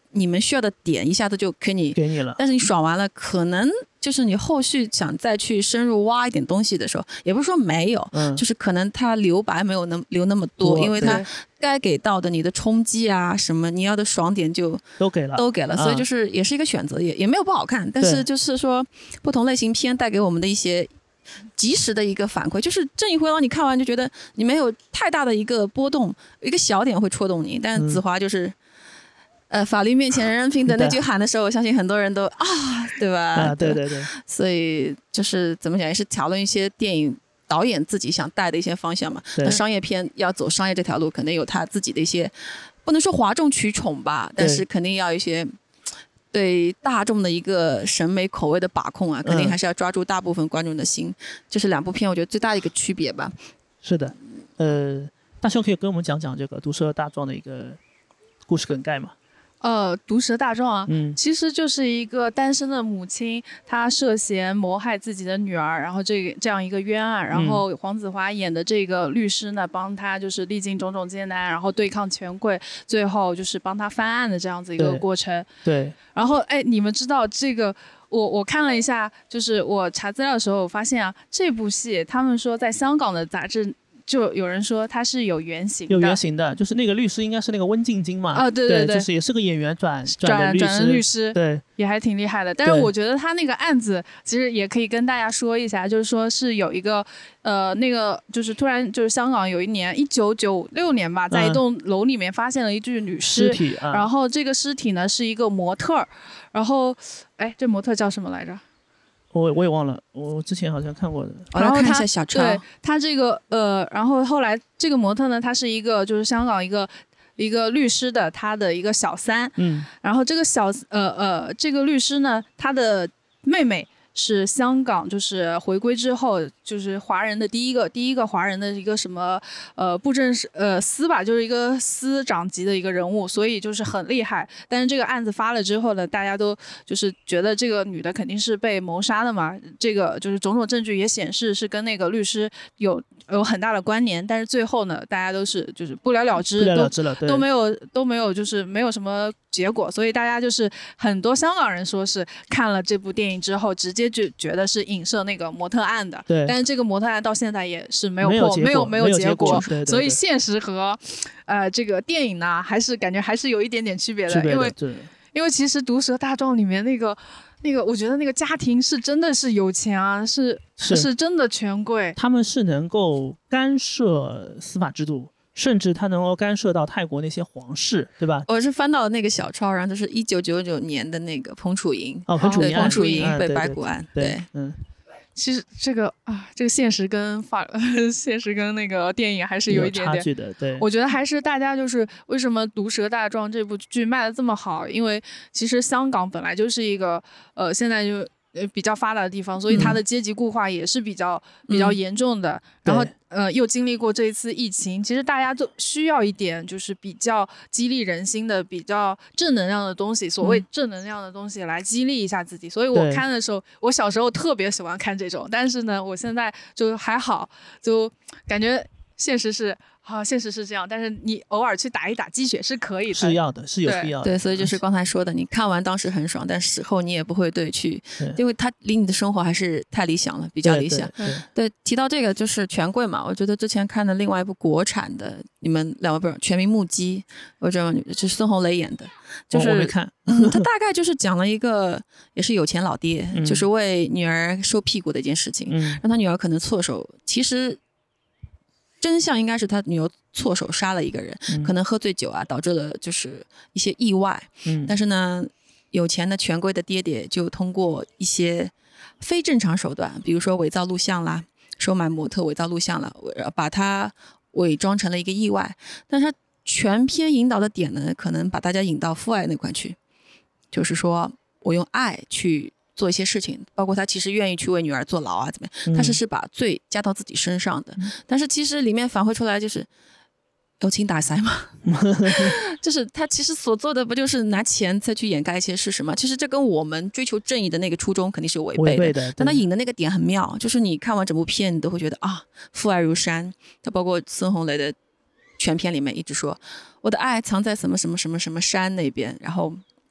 你们需要的点一下子就给你了， 但是你爽完了，可能就是你后续想再去深入挖一点东西的时候，也不是说没有，就是可能它留白没有留那么多，因为它该给到的你的冲击啊什么你要的爽点就都给了，所以就是也是一个选择，也没有不好看，但是就是说不同类型片带给我们的一些及时的一个反馈，就是《正义回廊》你看完就觉得你没有太大的一个波动，一个小点会戳动你，但子华就是法律面前人人平等那句喊的时候，我相信很多人都对吧？对，所以就是怎么讲，也是讨论一些电影导演自己想带的一些方向嘛。那商业片要走商业这条路，肯定有他自己的一些，不能说哗众取宠吧，但是肯定要一些对大众的一个审美口味的把控啊，肯定还是要抓住大部分观众的心。这是两部片我觉得最大的一个区别吧。 是的，大兄可以跟我们讲讲这个《毒舌大壮》的一个故事梗概吗？ 毒舌大壮其实就是一个单身的母亲，她涉嫌谋害自己的女儿，然后这样一个冤案，然后黄子华演的这个律师呢，帮他就是历经种种艰难，然后对抗权贵，最后就是帮他翻案的这样子一个过程。 对。 然后你们知道这个？我看了一下，就是我查资料的时候，我发现这部戏他们说在香港的杂志。就有人说他是有原型的， 就是那个律师应该是那个温静晶嘛， 对， 就是也是个演员转律师， 对， 也还挺厉害的。但是我觉得他那个案子其实也可以跟大家说一下，就是说是有一个那个就是突然就是香港有一年1996年吧，在一栋楼里面发现了一具女尸体， 然后这个尸体呢是一个模特，然后这模特叫什么来着？ 我也忘了，我之前好像看过的。 然后看一下小抄。 对，他这个然后后来这个模特呢，他是一个就是香港一个律师的他的一个小三，然后这个这个律师呢，他的妹妹是香港就是回归之后就是华人的第一个华人的一个什么布政司吧，就是一个司长级的一个人物，所以就是很厉害。但是这个案子发了之后呢，大家都就是觉得这个女的肯定是被谋杀的嘛，这个就是种种证据也显示是跟那个律师有很大的关联，但是最后呢，大家都是就是不了了之了，都没有就是没有什么结果，所以大家就是很多香港人说是看了这部电影之后直接就觉得是影射那个模特案的， 对， 但是这个模特案到现在也是没有结果， 所以现实和这个电影呢还是感觉还是有一点点区别的，因为其实《毒舌大壮》里面那个我觉得那个家庭是真的是有钱啊，是真的权贵， 他们是能够干涉司法制度，甚至他能够干涉到泰国那些皇室，对吧？ 我是翻到了那个小抄，然后就是1999年的那个彭楚莹， 彭楚莹被白骨案，对， 其实这个现实跟现实跟那个电影还是有一点点差距的，对。 我觉得还是大家就是为什么《毒舌大壮》这部剧卖得这么好，因为其实香港本来就是一个现在就比较发达的地方，所以它的阶级固化也是比较严重的。然后又经历过这一次疫情，其实大家都需要一点就是比较激励人心的、比较正能量的东西，所谓正能量的东西来激励一下自己。所以我看的时候，我小时候特别喜欢看这种，但是呢，我现在就还好，就感觉现实是这样，但是你偶尔去打一打鸡血是可以的， 是要的，是有必要的。 对，所以就是刚才说的，你看完当时很爽，但事后你也不会因为它离你的生活还是太理想了，比较理想。对，提到这个就是权贵嘛，我觉得之前看的另外一部国产的，你们两位不是《全民目击》，我知道就是孙红雷演的，就是我没看。 他大概就是讲了一个也是有钱老爹，就是为女儿收屁股的一件事情，让他女儿可能错手，其实真相应该是他女儿错手杀了一个人，可能喝醉酒啊，导致了就是一些意外。但是呢，有钱的权贵的爹爹就通过一些非正常手段，比如说伪造录像啦，收买模特伪造录像了，把它伪装成了一个意外。但是他全篇引导的点呢，可能把大家引到父爱那块去，就是说我用爱去做一些事情，包括他其实愿意去为女儿坐牢啊怎么样，他是把罪加到自己身上的。但是其实里面反馈出来就是有情打腮嘛就是他其实所做的不就是拿钱再去掩盖一些事实吗？其实这跟我们追求正义的那个初衷肯定是违背的。但他引的那个点很妙，就是你看完整部片你都会觉得父爱如山。他包括孙红雷的全片里面一直说我的爱藏在什么什么什么什么山那边，然后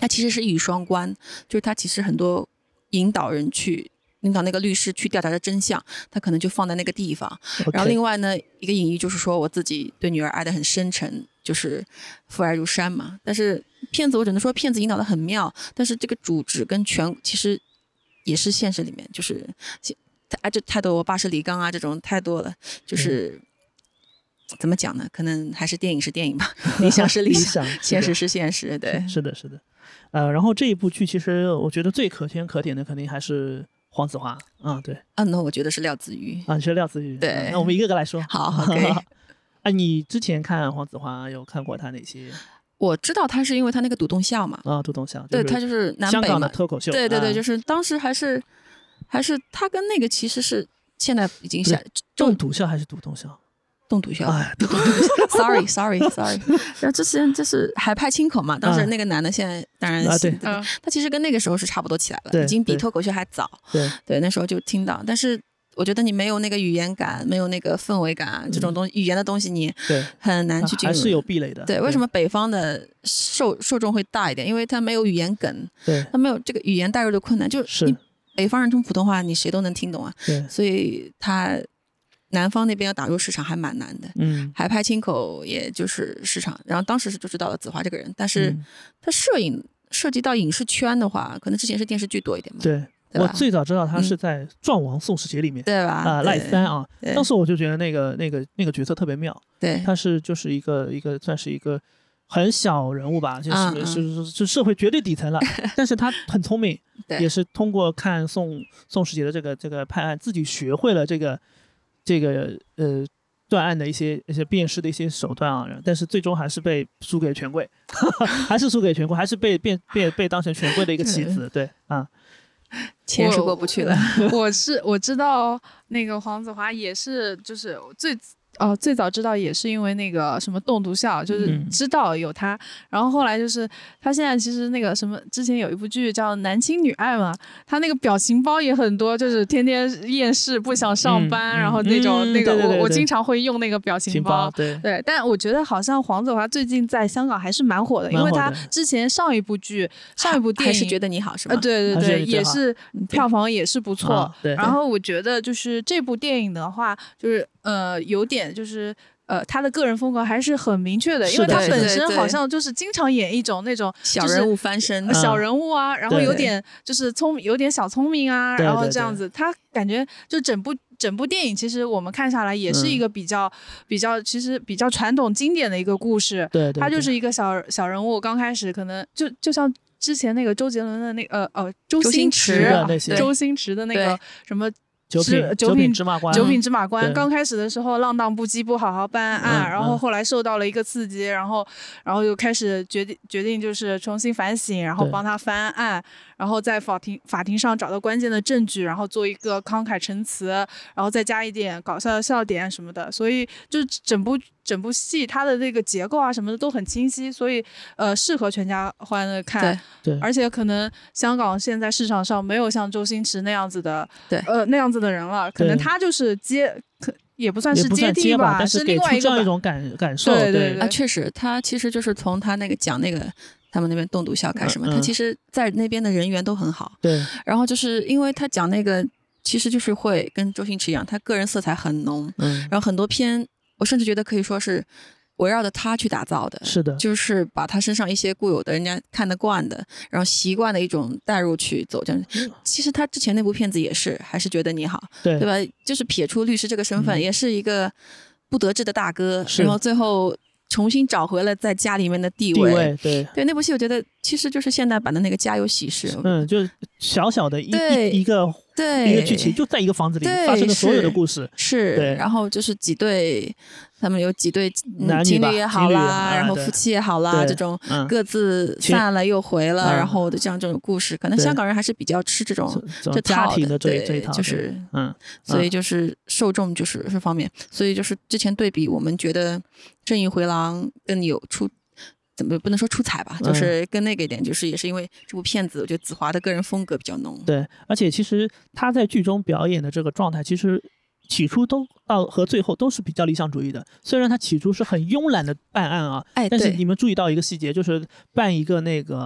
它其实是一语双关，就是它其实很多引导那个律师去调查的真相，他可能就放在那个地方。然后另外呢，一个隐喻就是说我自己对女儿爱得很深沉，就是父爱如山嘛。但是骗子我只能说骗子引导的很妙，但是这个主旨跟其实也是现实里面，就是这太多我爸是李刚啊这种太多了，就是怎么讲呢？可能还是电影是电影吧，理想是理想，现实是现实。对， 是的，是的。然后这一部剧其实我觉得最可圈可点的肯定还是黄子华。对。 那我觉得是廖子妤。 你是廖子妤。 对。 那我们一个个来说。 好 ，OK。 你之前看黄子华有看过他哪些？ 我知道他是因为他那个赌洞笑嘛。 赌洞笑。 对，他就是南北香港的脱口秀。 对，就是当时还是他跟那个其实是现在已经动笃笑还是赌洞笑？ 动笃笑。Sorry。然后这是海派清口嘛，当时那个男的现在当然对， 他其实跟那个时候是差不多起来了，已经比脱口秀还早。对，那时候就听到，但是我觉得你没有那个语言感，没有那个氛围感，这种东西语言的东西你很难去进入， 还是有壁垒的。 对，为什么北方的受众会大一点？因为他没有语言梗，他没有这个语言带入的困难，就是你北方人用普通话你谁都能听懂啊。所以他南方那边要打入市场还蛮难的。海派清口也就是市场，然后当时就知道了子华这个人，但是他涉及到影视圈的话，可能之前是电视剧多一点嘛。 对，我最早知道他是在《壮王宋世杰》里面， 对吧？ 赖三啊，当时我就觉得那个角色特别妙。对，他就是一个算是一个很小人物吧，就是社会绝对底层了，但是他很聪明，也是通过看宋世杰的这个判案，自己学会了这个断案的一些辨识的一些手段啊，但是最终还是被输给权贵，还是被当成权贵的一个棋子。对啊， 钱是过不去的。 我知道那个黄子华也是，就是最早知道也是因为那个什么动笃笑，就是知道有他，然后后来就是他现在其实那个什么之前有一部剧叫《男亲女爱》嘛，他那个表情包也很多，就是天天厌世不想上班，然后那种那个我经常会用那个表情包。对，但我觉得好像黄子华最近在香港还是蛮火的，因为他之前上一部电影还是觉得你好是吗？ 对，也是票房也是不错。然后我觉得就是这部电影的话，就是有点就是他的个人风格还是很明确的，因为他本身好像就是经常演一种那种小人物翻身， 小人物啊，然后有点就是有点小聪明啊，然后这样子，他感觉就整部电影其实我们看下来也是一个比较其实比较传统经典的一个故事。对，他就是一个小人物，刚开始可能就像之前那个周杰伦的那个周星驰的那个什么。九品芝麻官刚开始的时候浪荡不羁，不好好办案，然后后来受到了一个刺激，然后又开始决定就是重新反省，然后帮他翻案，然后在法庭上找到关键的证据，然后做一个慷慨陈词，然后再加一点搞笑的笑点什么的，所以就是整部戏它的这个结构啊什么的都很清晰，所以适合全家欢的看。对，而且可能香港现在市场上没有像周星驰那样子的的人了，可能他就是也不算是接地吧， 但是另外这样一种感受。 对啊，确实，他其实就是从他那个讲那个他们那边动笃笑开始嘛，他其实在那边的人缘都很好。对，然后就是因为他讲那个，其实就是会跟周星驰一样，他个人色彩很浓，然后很多片，我甚至觉得可以说是围绕着他去打造的。是的，就是把他身上一些固有的人家看得惯的，然后习惯的一种带入去走。这样，其实他之前那部片子也是，还是觉得你好，对吧？就是撇出律师这个身份，也是一个不得志的大哥，然后最后重新找回了在家里面的地位。对，那部戏我觉得其实就是现代版的那个家有喜事。就是小小的一个剧情，就在一个房子里发生的所有的故事。是，对， 然后就是他们有几对情侣也好啦，然后夫妻也好啦，这种各自散了又回了，然后这种故事，可能香港人还是比较吃这家庭的这一套， 就是所以就是受众就是这方面，所以就是之前对比，我们觉得《正义回廊》更有怎么不能说出彩吧，就是跟那个一点，就是也是因为这部片子，我觉得子华的个人风格比较浓。 对，而且其实他在剧中表演的这个状态，其实起初都和最后都是比较理想主义的。虽然他起初是很慵懒的办案啊，但是你们注意到一个细节，就是办一个那个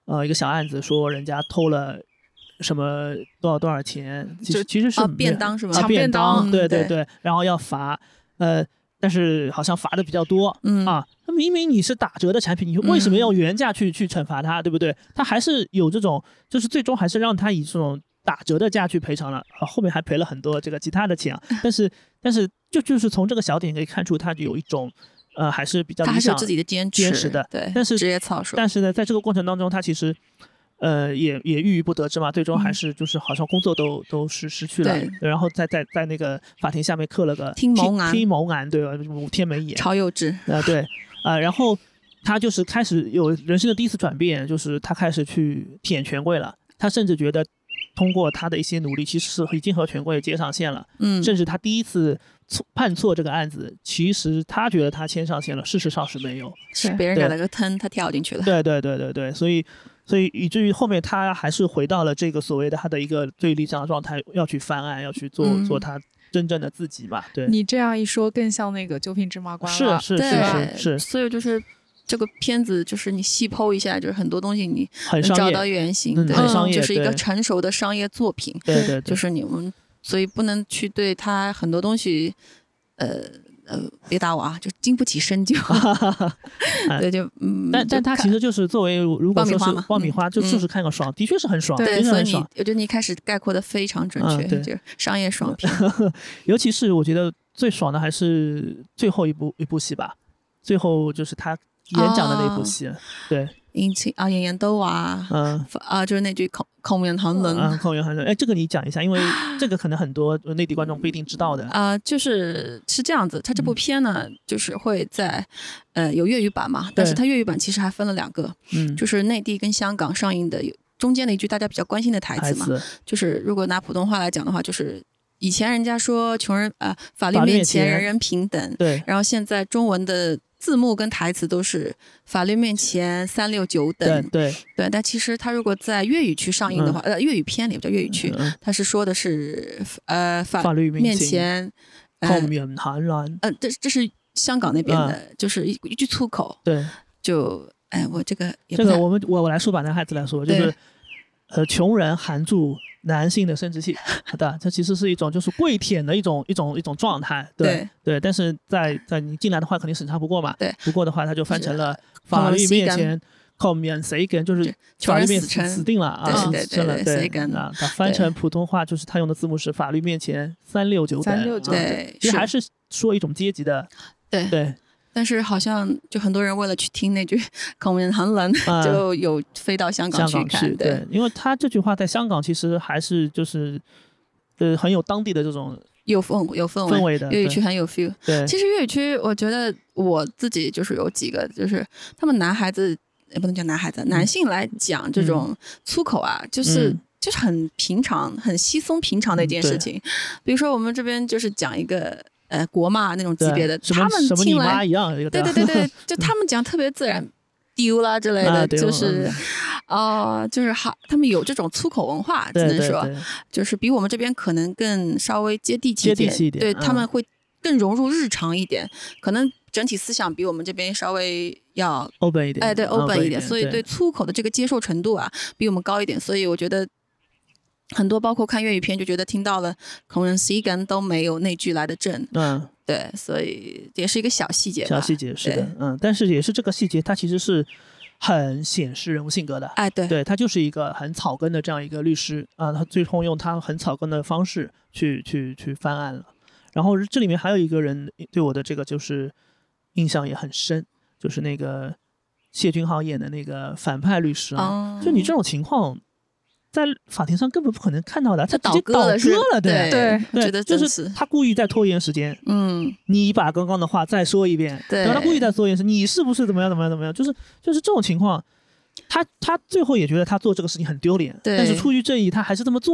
一个小案子，说人家偷了什么多少钱，其实是便当是吗？ 抢便当，对对对，然后要罚，但是好像罚的比较多，那明明你是打折的产品，你为什么要原价去惩罚他，对不对？他还是有这种，就是最终还是让他以这种打折的价去赔偿了，后面还赔了很多这个其他的钱，但是就是从这个小点可以看出，他有一种还是比较理想， 他还是有自己的坚持的， 对， 但是职业操守， 但是呢，在这个过程当中，他其实也郁郁不得志嘛，最终还是就是好像工作都失去了，然后在那个法庭下面刻了个听谋案，对吧？5天没演， 超幼稚， 对，然后他就是开始有人生的第一次转变，就是他开始去舔权贵了，他甚至觉得通过他的一些努力，其实是已经和权贵接上线了，甚至他第一次判错这个案子，其实他觉得他牵上线了，事实上是没有， 是别人改了个坑，他跳进去了， 对，所以以至于后面他还是回到了这个所谓的他的一个最理想的状态，要去翻案，要去做他真正的自己吧。对， 你这样一说，更像那个九品芝麻官了。 是， 所以就是这个片子，就是你细剖一下，就是很多东西你能找到原型， 很商业， 就是一个成熟的商业作品。 对， 就是你们，所以不能去对他很多东西，别打我啊，就经不起深究。对，就但他其实就是作为如果说是爆米花，就是看个爽，的确是很爽， 对，所以我觉得你一开始概括的非常准确，就是商业爽片。 尤其是我觉得最爽的还是最后一部戏吧，最后就是他演讲的那部戏，对。 演员都啊，就是那句孔元衡人， 孔元衡人，这个你讲一下，因为这个可能很多内地观众不一定知道的。 就是这样子，他这部片呢，就是会在有粤语版嘛，但是他粤语版其实还分了2个，就是内地跟香港上映的，中间的一句大家比较关心的台词嘛，就是如果拿普通话来讲的话，就是以前人家说穷人法律面前人人平等， 对， 然后现在中文的字幕跟台词都是法律面前369等， 对， 但其实他如果在粤语区上映的话，粤语片里叫粤语区，他是说的是法律面前孔元衡人， 这是香港那边的，就是一句粗口， 对， 就我这个我来说吧，男孩子来说就是穷人含住男性的生殖器，对，这其实是一种就是跪舔的一种状态，对，但是在你进来的话肯定审查不过嘛， 对， 不过的话他就翻成了法律面前孔免谁根，就是法律面前死定了啊， 对， 对啊，他翻成普通话就是他用的字幕是法律面前369等， 对， 其实还是说一种阶级的，对。 但是好像就很多人为了去听那句孔元衡人，就有飞到香港去看， 对，因为他这句话在香港其实还是就是很有当地的这种有氛围的，粤语区很有 feel。 对， 其实粤语区我觉得我自己就是有几个，就是他们男孩子也不能叫男孩子，男性来讲这种粗口啊，就是很平常、很稀松平常的一件事情。比如说我们这边就是讲一个。国骂那种级别的，他们什么你妈一样， 对，就他们讲特别自然，丢啦之类的，就是就是他们有这种粗口文化，只能说，就是比我们这边可能更稍微接地气一点，对，他们会更融入日常一点，可能整体思想比我们这边稍微要 open 一点， 对 open 一点，所以对粗口的这个接受程度啊，比我们高一点，所以我觉得。很多包括看粤语片就觉得听到了孔人 C 根都没有那句来的正，对，所以也是一个小细节吧， 小细节是的，但是也是这个细节它其实是很显示人物性格的，对，他就是一个很草根的这样一个律师啊，他最后用他很草根的方式去翻案了。然后这里面还有一个人对我的这个就是印象也很深，就是那个谢君豪演的那个反派律师啊，就你这种情况。在法庭上根本不可能看到的，他直接倒戈了， 对， 就是他故意在拖延时间。你把刚刚的话再说一遍， 对， 他故意在拖延时间，你是不是怎么样？就是这种情况，他最后也觉得他做这个事情很丢脸，但是出于正义，他还是这么做了。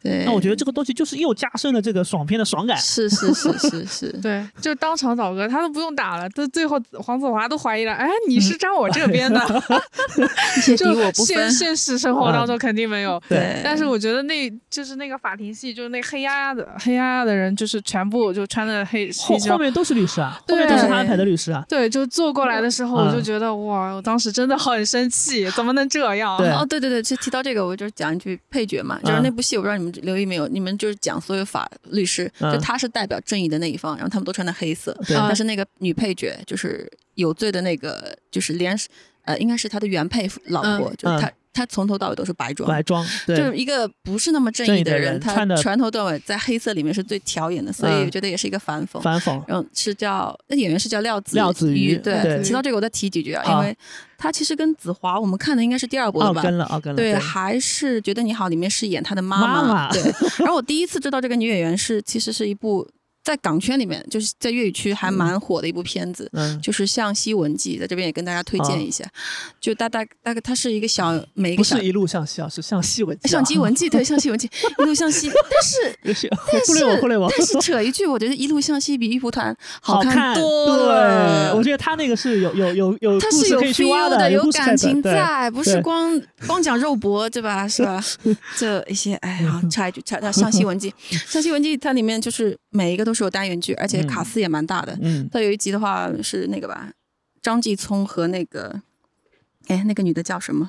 对， 那我觉得这个东西就是又加深了这个爽片的爽感。 是， 对，就当场倒戈，他都不用打了，到最后黄子华都怀疑了，哎，你是站我这边的， 就敌我不分。 现实生活当中肯定没有， 对。 但是我觉得就是那个法庭戏，就是那黑压压的人，就是全部就穿的黑后面都是律师啊，后面都是他安排的律师啊。 对，就坐过来的时候，我就觉得哇，我当时真的很生气，怎么能这样？ 对，就提到这个，我就讲一句配角嘛，就是那部戏，我不知道你们留意没有，你们就是讲所有法律师，就他是代表正义的那一方，然后他们都穿的黑色，但是那个女配角就是有罪的那个，就是应该是他的原配老婆，就是他从头到尾都是白装， 对， 就是一个不是那么正义的人，他全头到尾在黑色里面是最挑眼的，所以我觉得也是一个反讽。然后那演员是叫廖子瑜，对。提到这个我再提几句啊，因为他其实跟子华我们看的应该是第2部了吧？ 跟了。 对，还是觉得你好里面饰演他的妈妈。对。然后我第一次知道这个女演员其实是一部。在港圈里面，就是在粤语区还蛮火的一部片子，就是《向西文记》，在这边也跟大家推荐一下。就大概它是一个每一个不是一路向西啊，是向西文记。 向西文记，对，向西文记，一路向西。但是忽略我。 但是扯一句，我觉得一路向西比玉蒲团好看多了。 对，我觉得他那个是有它是有 feel 的，有感情在，不是光讲肉搏，对吧？是吧？这一些，哎呀，插一句，向西文记，向西文记它里面就是每一个都是有单元剧，而且卡司也蛮大的。它有一集的话是那个吧，张继聪和那个女的叫什么？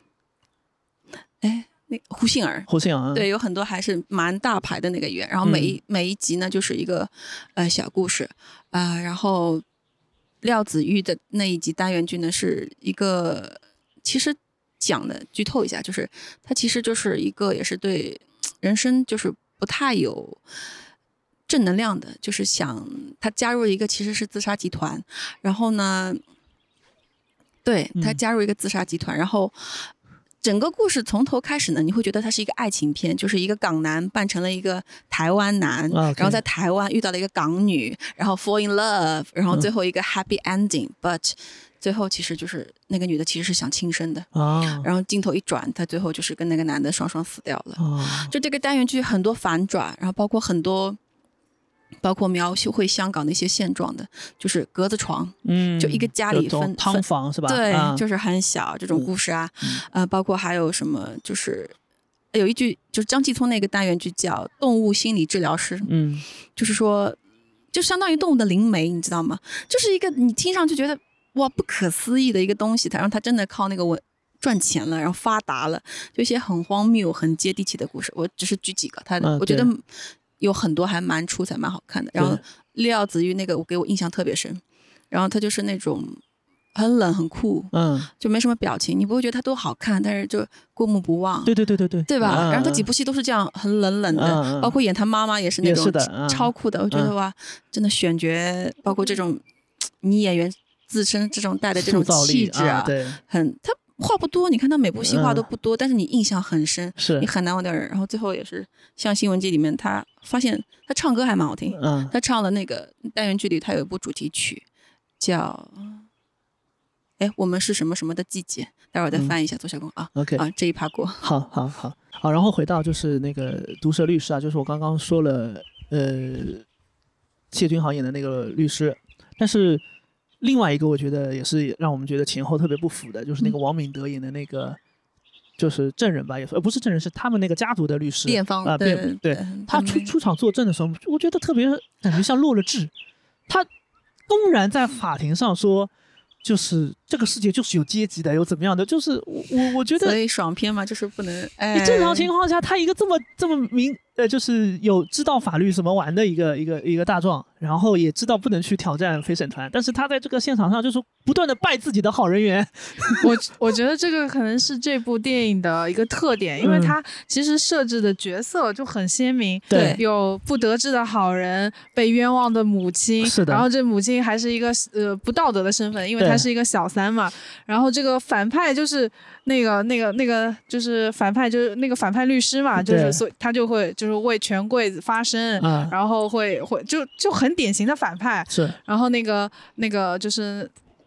那胡杏儿，对，有很多还是蛮大牌的那个演员。然后每一集呢就是一个小故事然后廖子瑜的那一集单元剧呢是一个，其实讲的剧透一下，就是它其实就是一个也是对人生就是不太有正能量的，就是他加入一个其实是自杀集团，然后呢，对，他加入一个自杀集团，然后整个故事从头开始呢，你会觉得它是一个爱情片，就是一个港男扮成了一个台湾男，然后在台湾遇到了一个港女，然后 fall in love， 然后最后一个 happy ending，but 最后其实就是那个女的其实是想轻生的然后镜头一转，她最后就是跟那个男的双死掉了就这个单元剧很多反转，然后包括描绘香港的一些现状的，就是格子床，就一个家里分汤房是吧？ 对，就是很小这种故事包括还有什么，就是有一句就是张继聪那个单元剧叫动物心理治疗师，就是说就相当于动物的灵媒，你知道吗？就是一个你听上去觉得哇不可思议的一个东西，然后他真的靠那个赚钱了，然后发达了，就一些很荒谬很接地气的故事，我只是举几个我觉得有很多还蛮出彩蛮好看的。然后廖子瑜那个给我印象特别深，然后他就是那种很冷很酷，就没什么表情，你不会觉得他多好看，但是就过目不忘，对吧？然后他几部戏都是这样很冷的，包括演他妈妈也是那种超酷的，我觉得哇真的选角包括这种你演员自身这种带的这种气质他话不多，你看他每部戏话都不多，但是你印象很深，你很难忘掉人。然后最后也是像新闻剧里面，他发现他唱歌还蛮好听，他唱了那个单元剧里他有一部主题曲叫我们是什么什么的季节，待会儿再翻译一下左小公 OK 这一趴过。 好，然后回到就是那个毒舌律师就是我刚刚说了谢君豪演的那个律师，但是另外一个我觉得也是让我们觉得前后特别不符的，就是那个王敏德演的那个就是证人吧，也不是证人，是他们那个家族的律师辩方对，他出场作证的时候，我觉得特别感觉像落了智，他公然在法庭上说就是这个世界就是有阶级的，有怎么样的，就是我觉得所以爽片嘛，就是不能你正常情况下他一个这么就是有知道法律怎么玩的一个大壮，然后也知道不能去挑战陪审团，但是他在这个现场上就是不断的拜自己的好人缘。 我觉得这个可能是这部电影的一个特点，因为他其实设置的角色就很鲜明， 对， 有不得志的好人，被冤枉的母亲， 是的， 然后这母亲还是一个不道德的身份，因为她是一个小三嘛，然后这个反派就是那个就是反派就是那个反派律师嘛，就是所以他就会就是为权贵发声，然后会就很典型的反派， 是， 然后那个就是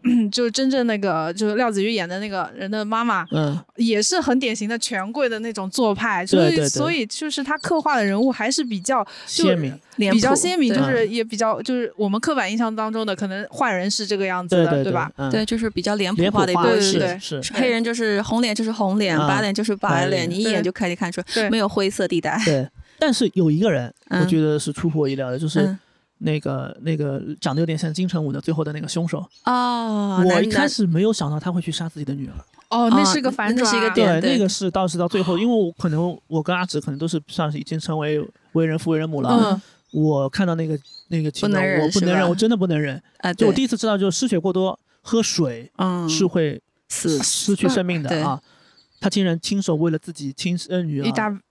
就真正那个就是廖子妤演的那个人的妈妈，也是很典型的权贵的那种做派，所以就是他刻画的人物还是比较鲜明， 比较鲜明，就是也比较就是我们刻板印象当中的可能坏人是这个样子的，对吧？ 对，就是比较脸谱化的一部戏， 是黑人就是红脸就是红脸，白脸就是白脸，你一眼就可以看出没有灰色地带。 对，但是有一个人，我觉得是出乎我意料的，就是那个长得有点像金城武的最后的那个凶手我一开始没有想到他会去杀自己的女儿。 那是个反转， 是一个点。 对，那个是倒是到最后，因为我跟阿芷可能都是算是已经成为为人父为人母了。我看到那个情况，我不能忍，我真的不能忍。就我第一次知道，就是失血过多喝水是会失去生命的啊。他竟然亲手为了自己亲生女儿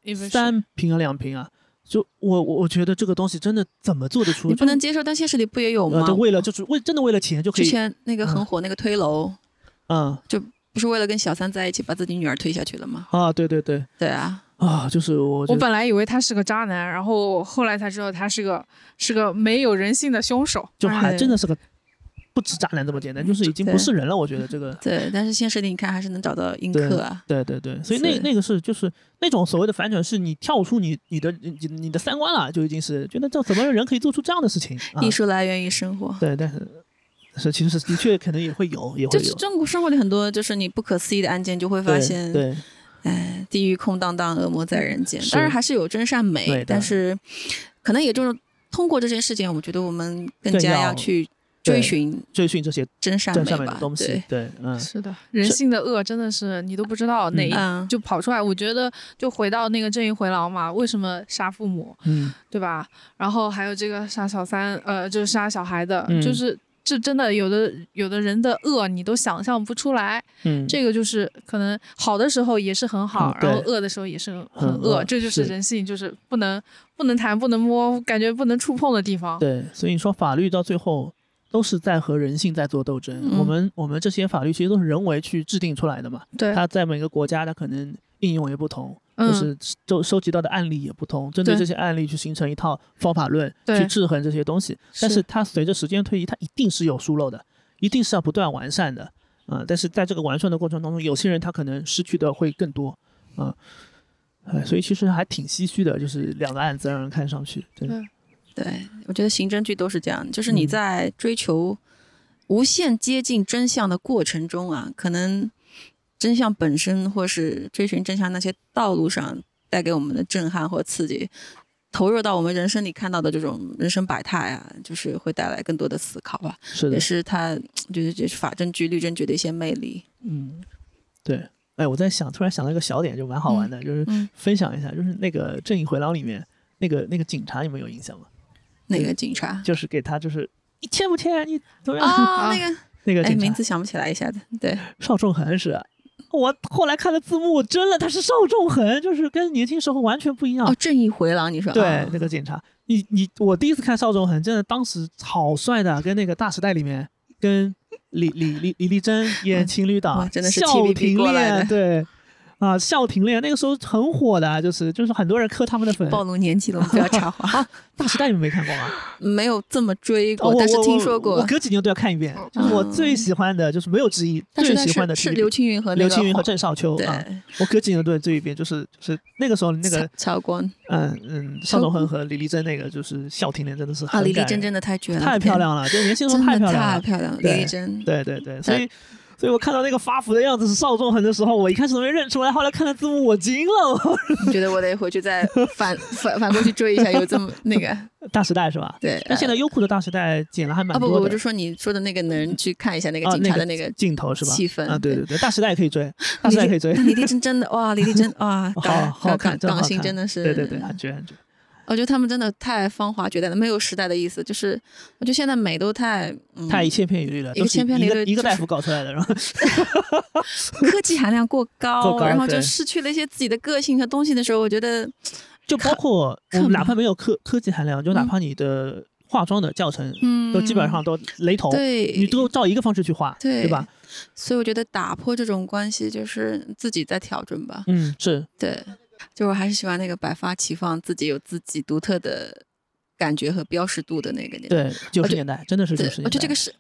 3瓶啊2瓶啊。就我觉得这个东西真的怎么做得出？ 你不能接受，但现实里不也有吗？ 就真的为了钱就可以。 之前那个很火那个推楼，就不是为了跟小三在一起把自己女儿推下去了吗？ 对就是我本来以为他是个渣男，然后后来才知道他是个没有人性的凶手， 就还真的是个不止渣男这么简单，就是已经不是人了。我觉得这个对，但是现实里你看还是能找到阴客啊。 对，所以那个是就是那种所谓的反转，是你跳出你的三观了，就已经是觉得这怎么人可以做出这样的事情？ 艺术来源于生活。 对，但是其实的确可能也会有。 就是中国生活里很多就是你不可思议的案件，就会发现对， 地狱空荡荡，恶魔在人间。当然还是有真善美，但是可能也就是通过这件事情，我觉得我们更加要去追寻这些真善美的东西。对， 是的，人性的恶真的是你都不知道哪一就跑出来。我觉得就回到那个正义回廊嘛，为什么杀父母，对吧？然后还有这个杀小三，就是杀小孩的，就是这真的有的人的恶你都想象不出来。这个就是可能好的时候也是很好，然后恶的时候也是很恶，这就是人性，就是不能谈不能摸，感觉不能触碰的地方。 对，所以你说法律到最后都是在和人性在做斗争。我们这些法律其实都是人为去制定出来的嘛。 对， 它在每个国家它可能应用也不同，就是收集到的案例也不同，针对这些案例去形成一套方法论去制衡这些东西。但是它随着时间推移，它一定是有疏漏的，一定是要不断完善的。但是在这个完善的过程当中，有些人他可能失去的会更多。所以其实还挺唏嘘的，就是2个案子让人看上去。 对，我觉得刑侦剧都是这样，就是你在追求无限接近真相的过程中可能真相本身或是追寻真相那些道路上带给我们的震撼或刺激，投入到我们人生里看到的这种人生百态就是会带来更多的思考吧。 是的， 也是他觉得这是法侦剧、律侦剧的一些魅力。 对。我在突然想到一个小点，就蛮好玩的，就是分享一下，就是那个《正义回廊》里面那个警察，你们有印象吗？ 那个警察就是给他就是你欠不欠？你怎么样？那个警察名字想不起来一下子。对， 邵仲衡是。我后来看了字幕，真的他是邵仲衡，就是跟年轻时候完全不一样。 正义回廊，你说对，那个警察，我第一次看邵仲衡，真的当时好帅的，跟那个《大时代》里面跟李丽珍演情侣档， 真的是笑停恋，对。笑停恋那个时候很火的，就是很多人磕他们的粉。 暴露年纪了，我们不要插话。 大时代你们没看过吗？ 没有这么追过，但是听说过。 我隔几年都要看一遍。就是我最喜欢的，就是没有之一，最喜欢的是刘青云和郑少秋。 对， 我隔几年都要追一遍。就是那个时候那个曹光， 邵仲衡和李丽珍那个就是笑停恋，真的是很李丽珍真的太绝了， 太漂亮了，就年轻时候太漂亮了， 太漂亮了，李丽珍。 对，所以我看到那个发福的样子是邵仲衡的时候，我一开始都没认出来，后来看了字幕我惊了。 你觉得我得回去再反过去追一下，有这么那个大时代是吧？ 对。 但现在优酷的大时代剪了还蛮多的。 不，我就说你说的那个能去看一下那个警察的那个镜头是吧？ 气氛。 对，大时代也可以追，大时代可以追。 李丽珍真的哇，李丽珍哇， 好看， 港星真的是。 对，很绝。 我觉得他们真的太芳华绝代了，没有时代的意思。就是我觉得现在美都太一千篇一律了，一个大夫搞出来的，然后科技含量过高，然后就失去了一些自己的个性和东西的时候，我觉得就包括我们哪怕没有科技含量，就哪怕你的化妆的教程都基本上都雷同， 对， 你都照一个方式去画，对吧？ 所以我觉得打破这种关系就是自己在调整吧。 是对。就我还是喜欢那个百花齐放，自己有自己独特的感觉和标识度的那个年代。 对，90年代真的是90年代。 我觉得这个是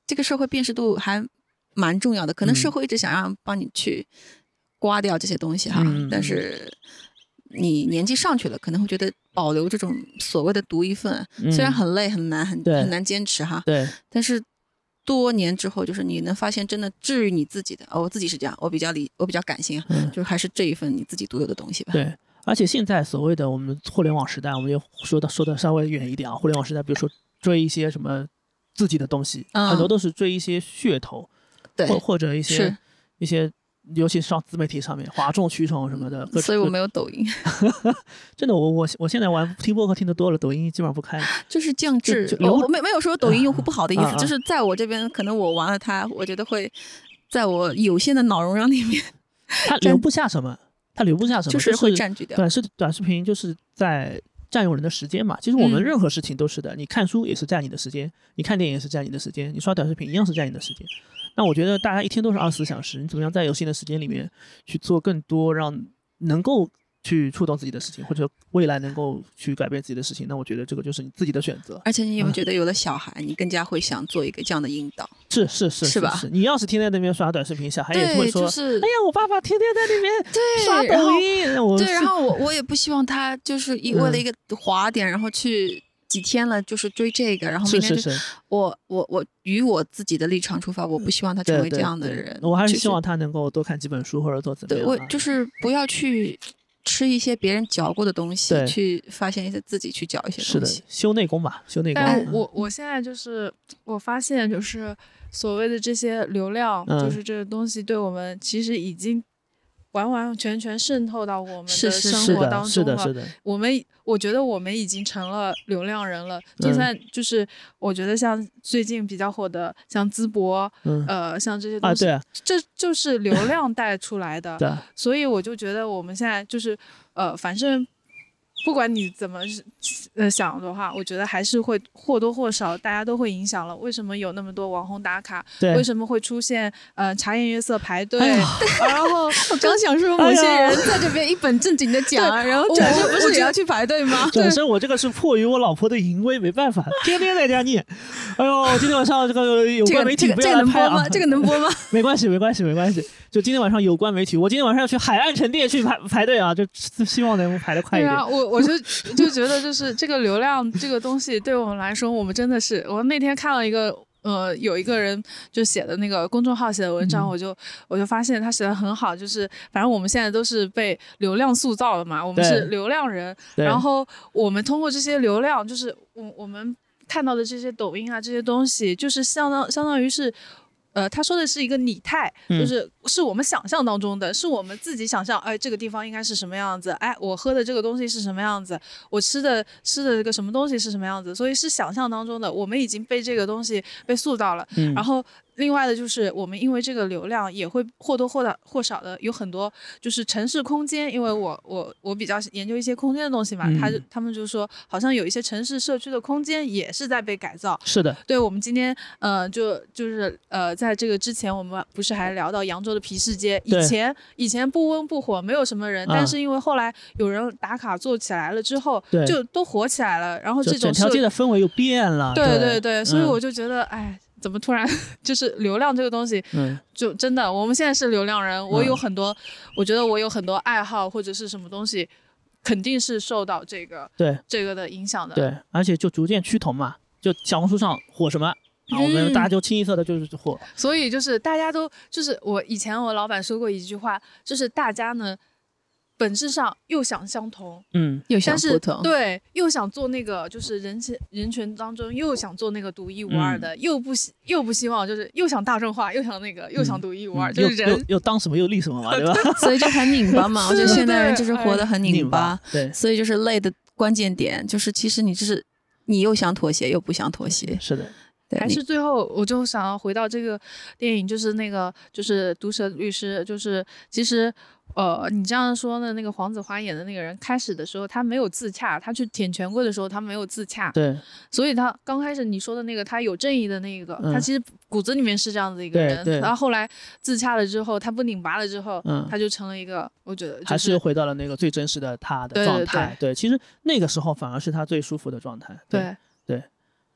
这个社会辨识度还蛮重要的，可能社会一直想让帮你去刮掉这些东西哈，但是你年纪上去了，可能会觉得保留这种所谓的独一份，虽然很累很难很难坚持哈， 对， 但是多年之后，就是你能发现真的治愈你自己的，我自己是这样，我比较感性，就是还是这一份你自己独有的东西吧。 对，而且现在所谓的我们互联网时代，我们就说的稍微远一点啊，互联网时代，比如说追一些什么自己的东西，很多都是追一些噱头， 对， 或者一些。尤其是上自媒体上面哗众取宠什么的， 所以我没有抖音。 真的，我现在听播客听得多了，抖音基本上不开了， 就是降智。我没有说抖音用户不好的意思，就是在我这边，可能我玩了它，我觉得会在我有限的脑容量里面， 它留不下什么， 就是会占据掉。 短视频就是在占用人的时间嘛。其实我们任何事情都是的，你看书也是占你的时间，你看电影也是占你的时间，你刷短视频一样是占你的时间。那我觉得大家一天都是24小时，你怎么样在有限的时间里面去做更多让能够去触动自己的事情，或者未来能够去改变自己的事情，那我觉得这个就是你自己的选择。 而且你有没有觉得有了小孩，你更加会想做一个这样的引导？ 是吧？你要是天天在那边刷短视频，小孩也会说， 就是哎呀，我爸爸天天在那边刷抖音。 对，然后我也不希望他就是为了一个滑点，然后去几天了就是追这个，然后明天就我与我自己的立场出发，我不希望他成为这样的人。 我还是希望他能够多看几本书或者多怎么样。 对，我就是不要去吃一些别人嚼过的东西，去发现一些自己去嚼一些东西。 是的，修内功吧，修内功。 但我现在就是我发现就是所谓的这些流量，就是这个东西对我们其实已经完完全全渗透到我们的生活当中了。 是的。 我觉得我们已经成了流量人了。就算就是我觉得像最近比较火的像淄博，像这些东西，这就是流量带出来的。 对。 所以我就觉得我们现在就是反正不管你怎么想的话，我觉得还是会或多或少大家都会影响了。为什么有那么多网红打卡？为什么会出现茶颜悦色排队？然后我刚想说某些人在这边一本正经的讲，然后转身不是也要去排队吗？ 转身我这个是迫于我老婆的淫威，没办法，天天在家念。哎呦，今天晚上这个有关媒体不要来拍啊！ 这个能播吗？ 没关系。就今天晚上有关媒体，我今天晚上要去海岸城店去排队啊，就希望能排得快一点。 我就觉得就是这个流量这个东西对我们来说，我们真的是，我那天看了一个有一个人就写的那个公众号写的文章，我就发现他写的很好，就是反正我们现在都是被流量塑造的嘛，我们是流量人，然后我们通过这些流量，就是我们看到的这些抖音啊这些东西，就是相当于是。他说的是一个拟态，就是我们想象当中的，是我们自己想象，哎，这个地方应该是什么样子，哎，我喝的这个东西是什么样子，我吃的这个什么东西是什么样子，所以是想象当中的，我们已经被这个东西被塑造了，然后。另外的就是我们因为这个流量也会或多或少的有很多就是城市空间，因为我比较研究一些空间的东西嘛，他们就说好像有一些城市社区的空间也是在被改造。 是的， 对，我们今天就是在这个之前我们不是还聊到扬州的皮市街，以前不温不火，没有什么人，但是因为后来有人打卡做起来了之后，就都火起来了，然后这种整条街的氛围又变了。 对，所以我就觉得哎。怎么突然就是流量这个东西，就真的我们现在是流量人，我有很多，我觉得我有很多爱好或者是什么东西，肯定是受到这个的影响的。 对，而且就逐渐趋同嘛，就小红书上火什么。我们大家就清一色的就是火， 所以就是大家都就是以前我老板说过一句话，就是大家呢。本质上又想相同， 又想不同， 对，又想做那个就是人群当中又想做那个独一无二的，又不希望就是又想大众化，又想那个又想独一无二，就是人又当什么又立什么嘛，对吧？ 所以就很拧巴嘛，我觉得现代人就是活得很拧巴， 对， 所以就是累的关键点就是其实你又想妥协又不想妥协， 是的。 还是最后我就想要回到这个电影，就是那个就是毒舌律师，就是其实你这样说的那个黄子华演的那个人，开始的时候他没有自洽，他去舔权贵的时候他没有自洽， 对， 所以他刚开始你说的那个他有正义的那个，他其实骨子里面是这样子一个人，然后后来自洽了之后，他不拧巴了之后，他就成了一个，我觉得、 还是回到了那个最真实的他的状态，对，其实那个时候反而是他最舒服的状态，对。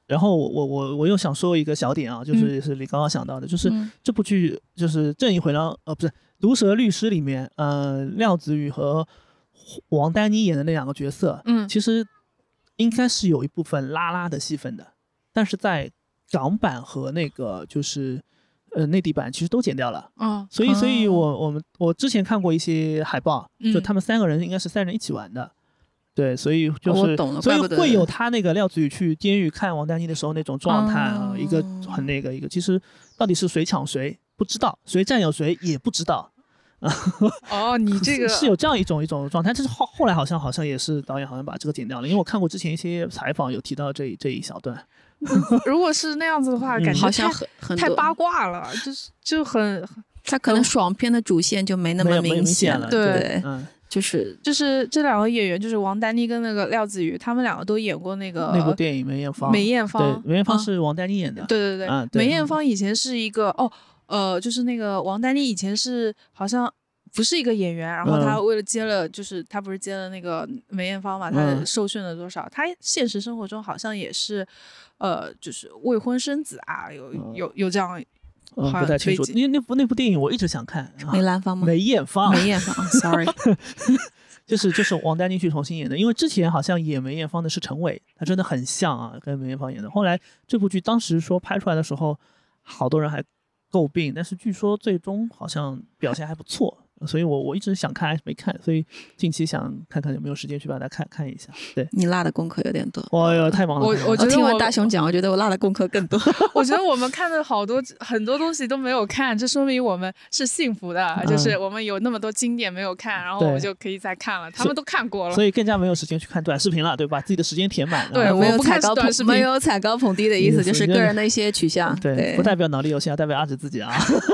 然后我又想说一个小点啊，就是也是你刚刚想到的，就是这部剧就是《正义回廊》不是《毒舌律师》里面，廖子妤和王丹妮演的那两个角色，其实应该是有一部分拉拉的戏份的，但是在港版和那个就是内地版其实都剪掉了。所以我之前看过一些海报，就他们3个人应该是3人一起玩的。对，所以就是所以会有他那个廖子妤去监狱看王丹妮的时候那种状态啊，一个很那个，一个其实到底是谁抢谁不知道，谁占有谁也不知道。 你这个是有这样一种状态，但是后来好像也是导演好像把这个剪掉了，因为我看过之前一些采访有提到这一小段。 如果是那样子的话，感觉好像太八卦了，就很他可能爽片的主线就没那么明显了。 对， 就是这两个演员，就是王丹妮跟那个廖子妤，他们两个都演过那部电影《梅艳芳》。对，梅艳芳是王丹妮演的。 对，梅艳芳以前是一个就是那个王丹妮以前是好像不是一个演员，然后她为了接了，就是她不是接了那个梅艳芳嘛，她受训了多少？她现实生活中好像也是，就是未婚生子啊，有这样。 不太清楚。那部电影我一直想看。 梅兰芳吗？ 梅艳芳 ，sorry， 就是王丹妮去重新演的，因为之前好像演梅艳芳的是陈伟，他真的很像啊，跟梅艳芳演的。后来这部剧当时说拍出来的时候，好多人还诟病，但是据说最终好像表现还不错。所以我一直想看还是没看，所以近期想看看有没有时间去把它看一下。对， 你落的功课有点多。 哎呦，太忙了！ 我听完大雄讲，我觉得我落的功课更多。 我觉得我们看的很多东西都没有看，这说明我们是幸福的，就是我们有那么多经典没有看，然后我们就可以再看了。他们都看过了， 所以更加没有时间去看短视频了，对吧？自己的时间填满了。 对， 没有踩高捧低的意思，就是个人的一些取向。 对，不代表脑力游戏，代表阿紫自己啊。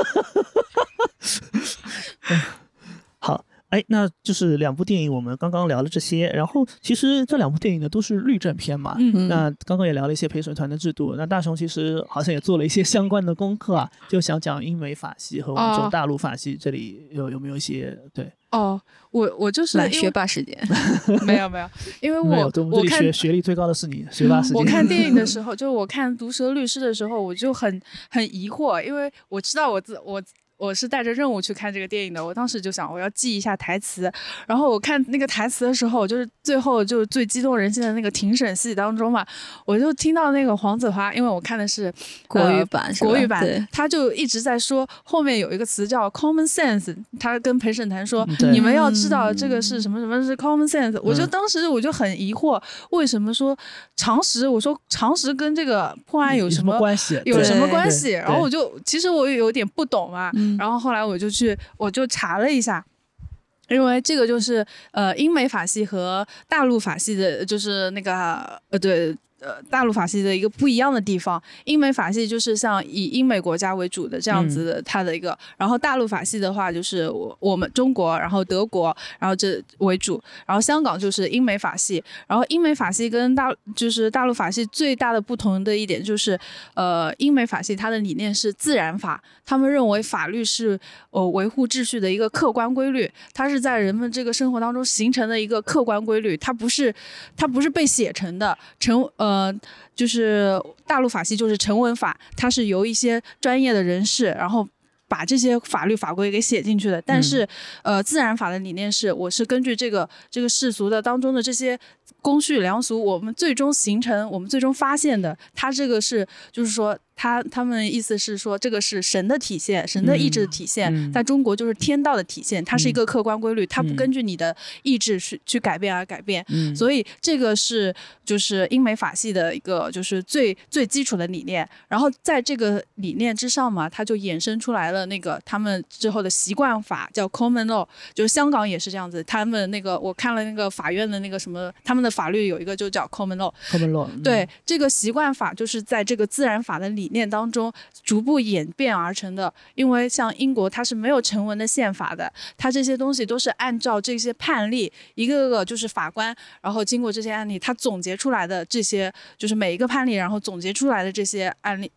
好，那就是2部电影，我们刚刚聊了这些，然后其实这2部电影呢都是律政片嘛。那刚刚也聊了一些陪审团的制度，那大雄其实好像也做了一些相关的功课啊，就想讲英美法系和我们这种大陆法系，这里有没有一些对？ 我就是懒学霸时间， 没有，因为我看学历最高的是你，学霸时间。 我看电影的时候，就是我看《毒舌律师》的时候，我就很疑惑，因为我知道我是带着任务去看这个电影的，我当时就想我要记一下台词，然后我看那个台词的时候，就是最后就最激动人心的那个庭审戏当中嘛，我就听到那个黄子华，因为我看的是国语版， 他就一直在说后面有一个词叫 common sense， 他跟陪审团说你们要知道这个是什么什么是 common sense， 我就当时我就很疑惑，为什么说常识？我说常识跟这个破案有什么关系？ 然后其实我有点不懂嘛。然后后来我就查了一下，因为这个就是英美法系和大陆法系的，就是那个大陆法系的一个不一样的地方。英美法系就是像以英美国家为主的这样子的它的一个，然后大陆法系的话就是我们中国，然后德国，然后这为主，然后香港就是英美法系。然后英美法系跟大陆法系最大的不同的一点就是，英美法系它的理念是自然法，他们认为法律是维护秩序的一个客观规律，它是在人们这个生活当中形成的一个客观规律，它不是被写成的就是大陆法系就是成文法，它是由一些专业的人士然后把这些法律法规给写进去的。但是自然法的理念是我是根据这个世俗的当中的这些公序良俗，我们最终形成我们最终发现的，它这个是就是说他们意思是说这个是神的体现，神的意志的体现，在中国就是天道的体现，它是一个客观规律，它不根据你的意志去改变而改变。所以这个是就是英美法系的一个就是最基础的理念。然后在这个理念之上嘛，它就衍生出来了那个他们之后的习惯法叫 common law， 就是香港也是这样子，他们那个我看了那个法院的那个什么，他们的法律有一个就叫 common law。对，这个习惯法就是在这个自然法的理念当中逐步演变而成的。因为像英国它是没有成文的宪法的，它这些东西都是按照这些判例一个个就是法官，然后经过这些案例他总结出来的这些就是每一个判例然后总结出来的这些案例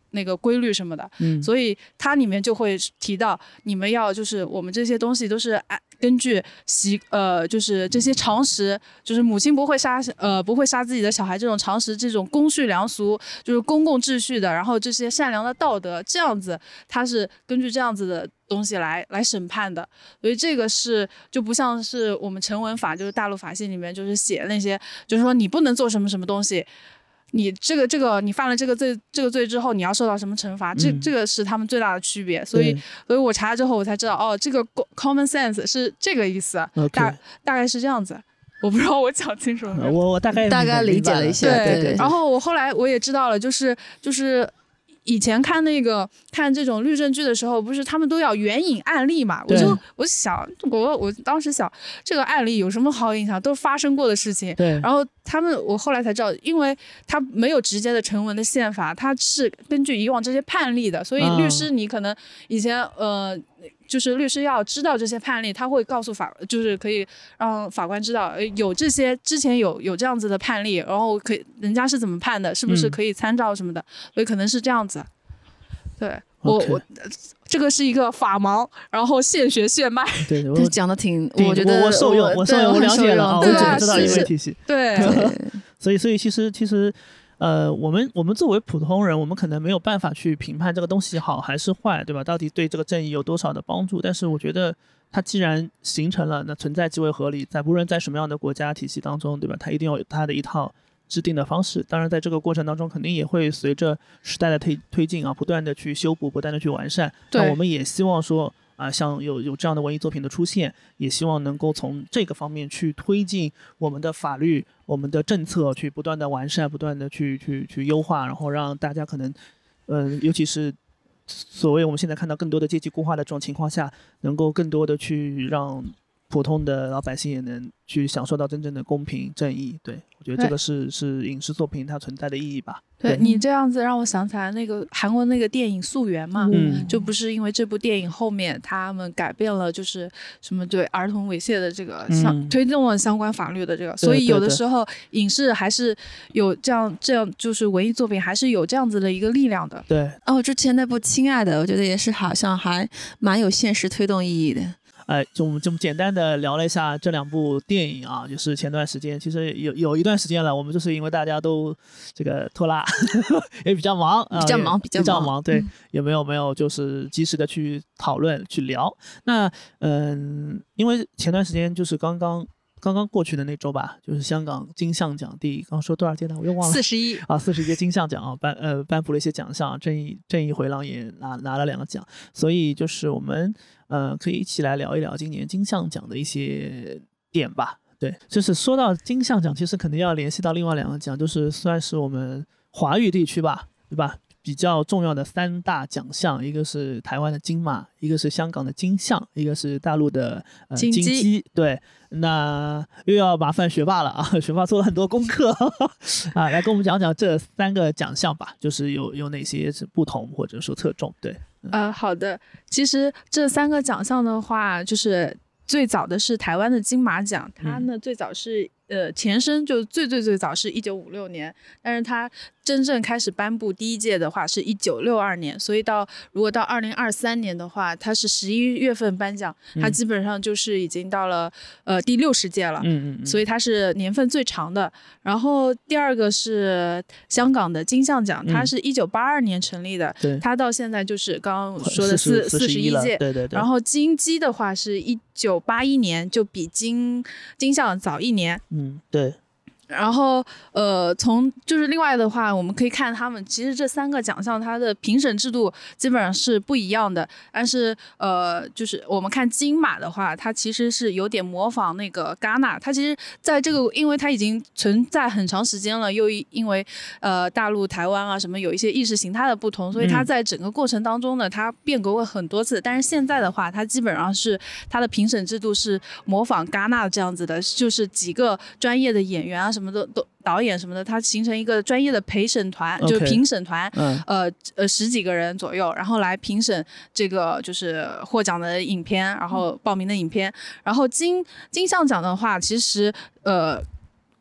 那个规律什么的，所以它里面就会提到你们要就是我们这些东西都是根据就是这些常识，就是母亲不会杀自己的小孩这种常识，这种公序良俗，就是公共秩序的，然后这些善良的道德，这样子它是根据这样子的东西来审判的。所以这个是就不像是我们成文法，就是大陆法系里面就是写那些，就是说你不能做什么什么东西。你这个你犯了这个罪之后，你要受到什么惩罚？这个是他们最大的区别。所以我查了之后，我才知道哦，这个 common sense 是这个意思，大概是这样子。我不知道我讲清楚了没有？ 我大概理解了一下。 对。然后我后来我也知道了，就是以前看这种律政剧的时候，不是他们都要援引案例嘛？我想，我当时想，这个案例有什么好影响？都是发生过的事情。 对。 然后我后来才知道，因为他没有直接的成文的宪法，他是根据以往这些判例的，所以律师你可能以前就是律师要知道这些判例，他会告诉就是可以让法官知道，有这些之前有这样子的判例，然后人家是怎么判的，是不是可以参照什么的，所以可能是这样子。对，我这个是一个法盲，然后现学现卖。 对， 讲的我觉得我受用，我了解了，我知道英文体系。 对， 所以其实。我们作为普通人，我们可能没有办法去评判这个东西好还是坏，对吧？到底对这个正义有多少的帮助？但是我觉得它既然形成了，那存在即为合理，无论在什么样的国家体系当中，对吧？它一定有它的一套制定的方式。当然，在这个过程当中，肯定也会随着时代的推进啊，不断的去修补，不断的去完善。那我们也希望说。像有这样的文艺作品的出现，也希望能够从这个方面去推进我们的法律、我们的政策，去不断的完善、不断的去优化，然后让大家可能，尤其是所谓我们现在看到更多的阶级固化的这种情况下，能够更多的去让普通的老百姓也能去享受到真正的公平正义。对，我觉得这个是影视作品它存在的意义吧。 对，你这样子让我想起来那个韩国那个电影《溯源》嘛，就不是因为这部电影后面他们改变了就是什么对儿童猥亵的这个推动了相关法律的这个，所以有的时候影视还是有这样就是文艺作品还是有这样子的一个力量的。 对。 之前那部《亲爱的》，我觉得也是好像还蛮有现实推动意义的。 就我们这么简单的聊了一下这两部电影啊，就是前段时间其实有一段时间了，我们就是因为大家都这个拖拉也比较忙， 比较忙， 对，也没有就是及时的去讨论去聊。那因为前段时间就是刚刚过去的那周吧，就是香港金像奖刚说多少届呢？我又忘了 41 啊，40届金像奖啊，颁布了一些奖项，正义回廊也拿了2个奖，所以就是我们可以一起来聊一聊今年金像奖的一些点吧。对，就是说到金像奖，其实肯定要联系到另外2个奖，就是算是我们华语地区吧，对吧？比较重要的3大奖项，一个是台湾的金马，一个是香港的金像，一个是大陆的金鸡。对，那又要麻烦学霸了啊！学霸做了很多功课啊，来跟我们讲讲这3个奖项吧，就是有哪些是不同或者说侧重？对， 好的，其实这3个奖项的话，就是最早的是台湾的金马奖，它呢最早是前身就最早是1956年，但是它真正开始颁布第一届的话是1962年，所以如果到2023年的话，它是11月份颁奖，它基本上就是已经到了第60届了，所以它是年份最长的。然后第二个是香港的金像奖，它是1982年成立的，它到现在就是刚刚说的41届， 对。 然后金鸡的话是1981年，就比金像早1年。 对。 然后从就是另外的话，我们可以看他们其实这3个奖项它的评审制度基本上是不一样的，但是就是我们看金马的话，它其实是有点模仿那个戛纳，它其实在这个因为它已经存在很长时间了，又因为大陆台湾啊什么有一些意识形态的不同，所以它在整个过程当中呢，它变革过很多次，但是现在的话，它基本上是它的评审制度是模仿戛纳这样子的，就是几个专业的演员啊什么都导演什么的，它形成一个专业的陪审团，就是评审团，10几个人左右，然后来评审这个就是获奖的影片，然后报名的影片。然后金像奖的话，其实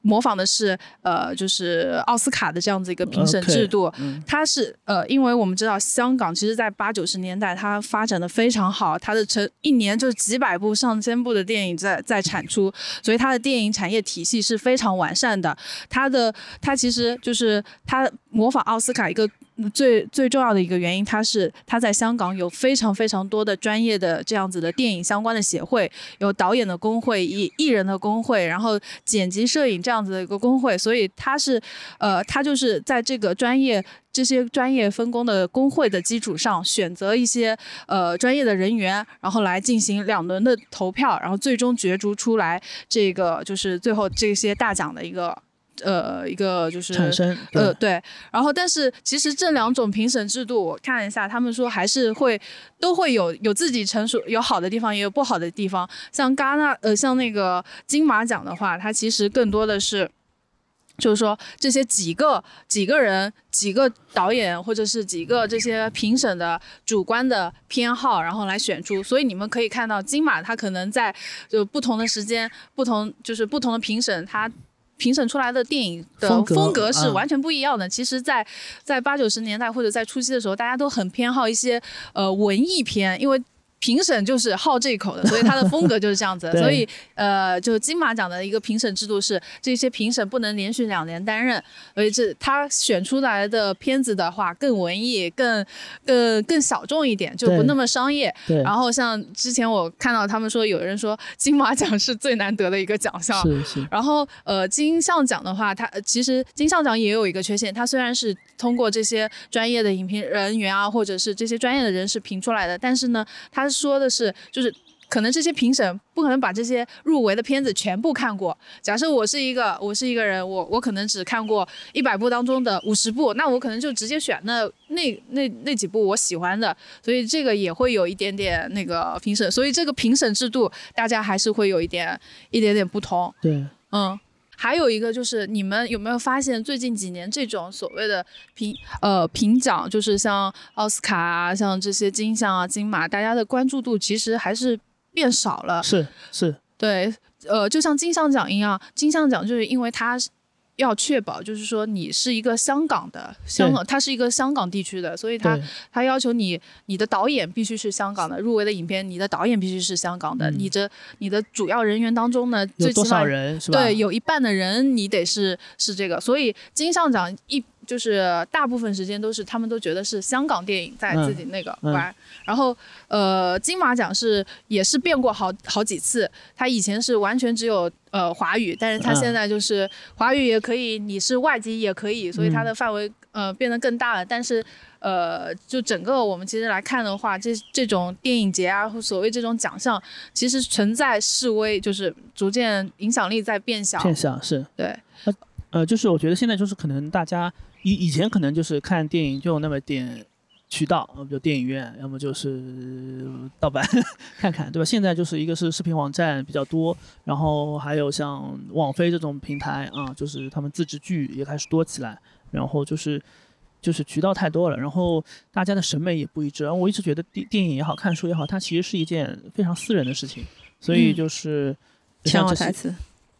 模仿的是就是奥斯卡的这样子一个评审制度。它是因为我们知道香港其实在80、90年代它发展的非常好，它的一年就是几百部上千部的电影在产出，所以它的电影产业体系是非常完善的。它其实就是它模仿奥斯卡一个最重要的一个原因，它在香港有非常非常多的专业的这样子的电影相关的协会，有导演的工会、艺人的工会，然后剪辑摄影这样子的一个工会，所以它就是在这些专业分工的工会的基础上，选择一些专业的人员，然后来进行2轮的投票，然后最终角逐出来这个就是最后这些大奖的一个就是产生对，然后但是其实这2种评审制度我看了一下，他们说还是都会有自己成熟有好的地方，也有不好的地方。像像那个金马奖的话，它其实更多的是就是说这些几个人、几个导演或者是几个这些评审的主观的偏好，然后来选出。所以你们可以看到金马它可能在就不同的时间、不同的评审，它评审出来的电影的风格是完全不一样的。其实在80、90年代或者在初期的时候，大家都很偏好一些文艺片，因为评审就是好这口的，所以他的风格就是这样子。所以就金马奖的一个评审制度是，这些评审不能连续2年担任，所以他选出来的片子的话更文艺、更小众一点，就不那么商业。然后像之前我看到他们说，有人说金马奖是最难得的一个奖项。 是。 然后金像奖的话，它其实金像奖也有一个缺陷，它虽然是通过这些专业的影评人员啊，或者是这些专业的人士评出来的，但是呢，他说的是就是可能这些评审不可能把这些入围的片子全部看过。假设我是一个人，我可能只看过100部当中的50部，那我可能就直接选那几部我喜欢的，所以这个也会有一点点那个评审，所以这个评审制度大家还是会有一点点不同。 对， 还有一个就是你们有没有发现最近几年这种所谓的评奖，就是像奥斯卡啊，像这些金像啊、金马，大家的关注度其实还是变少了。 是， 对，就像金像奖一样，金像奖就是因为它要确保，就是说你是一个香港，它是一个香港地区的，所以它要求你的导演必须是香港的，入围的影片你的导演必须是香港的，你的主要人员当中呢， 有多少人是吧？ 对，有1半的人你得是这个，所以金像奖就是大部分时间他们都觉得是香港电影在自己那个玩。然后金马奖也是变过好几次，它以前是完全只有华语，但是它现在就是华语也可以，你是外籍也可以，所以它的范围变得更大了。但是就整个我们其实来看的话，这种电影节啊，或所谓这种奖项，其实存在示威，就是逐渐影响力在变小。 是。 对。 就是我觉得现在就是可能大家以前可能就是看电影就有那么点渠道，比如电影院，要么就是盗版看看，对吧？现在就是一个是视频网站比较多，然后还有像网飞这种平台啊，就是他们自制剧也开始多起来，然后就是渠道太多了，然后大家的审美也不一致。然后我一直觉得电影也好看书也好，它其实是一件非常私人的事情，所以就是抢我台词。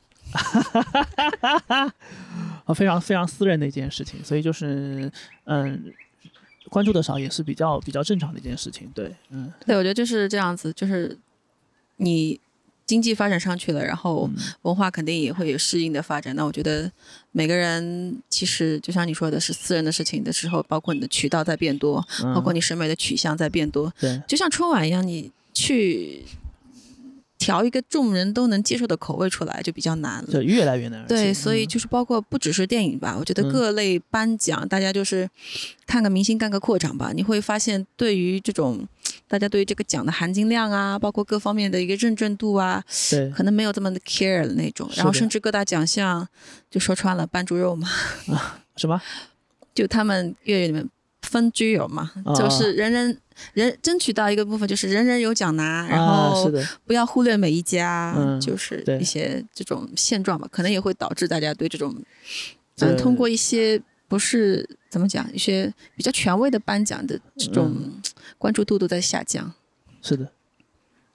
非常非常私人的一件事情，所以就是关注的少也是比较正常的一件事情。对， 对，我觉得就是这样子，就是你经济发展上去了，然后文化肯定也会有适应的发展。那我觉得每个人其实就像你说的是私人的事情的时候，包括你的渠道在变多，包括你审美的取向在变多。 对， 就像春晚一样，你去调一个众人都能接受的口味出来就比较难了， 就越来越难。 对，所以就是包括不只是电影吧，我觉得各类颁奖，大家就是看个明星干个扩场吧，你会发现对于这种大家对于这个奖的含金量啊，包括各方面的一个认证度啊， 对， 可能没有这么的 care 的那种。然后甚至各大奖项就说穿了，搬猪肉嘛， 什么？ 就他们粤语里面分居有嘛，就是人争取到一个部分，就是人人有奖拿，然后不要忽略每一家，就是一些这种现状吧，可能也会导致大家对这种通过一些不是怎么讲一些比较权威的颁奖的这种关注度都在下降。 是的，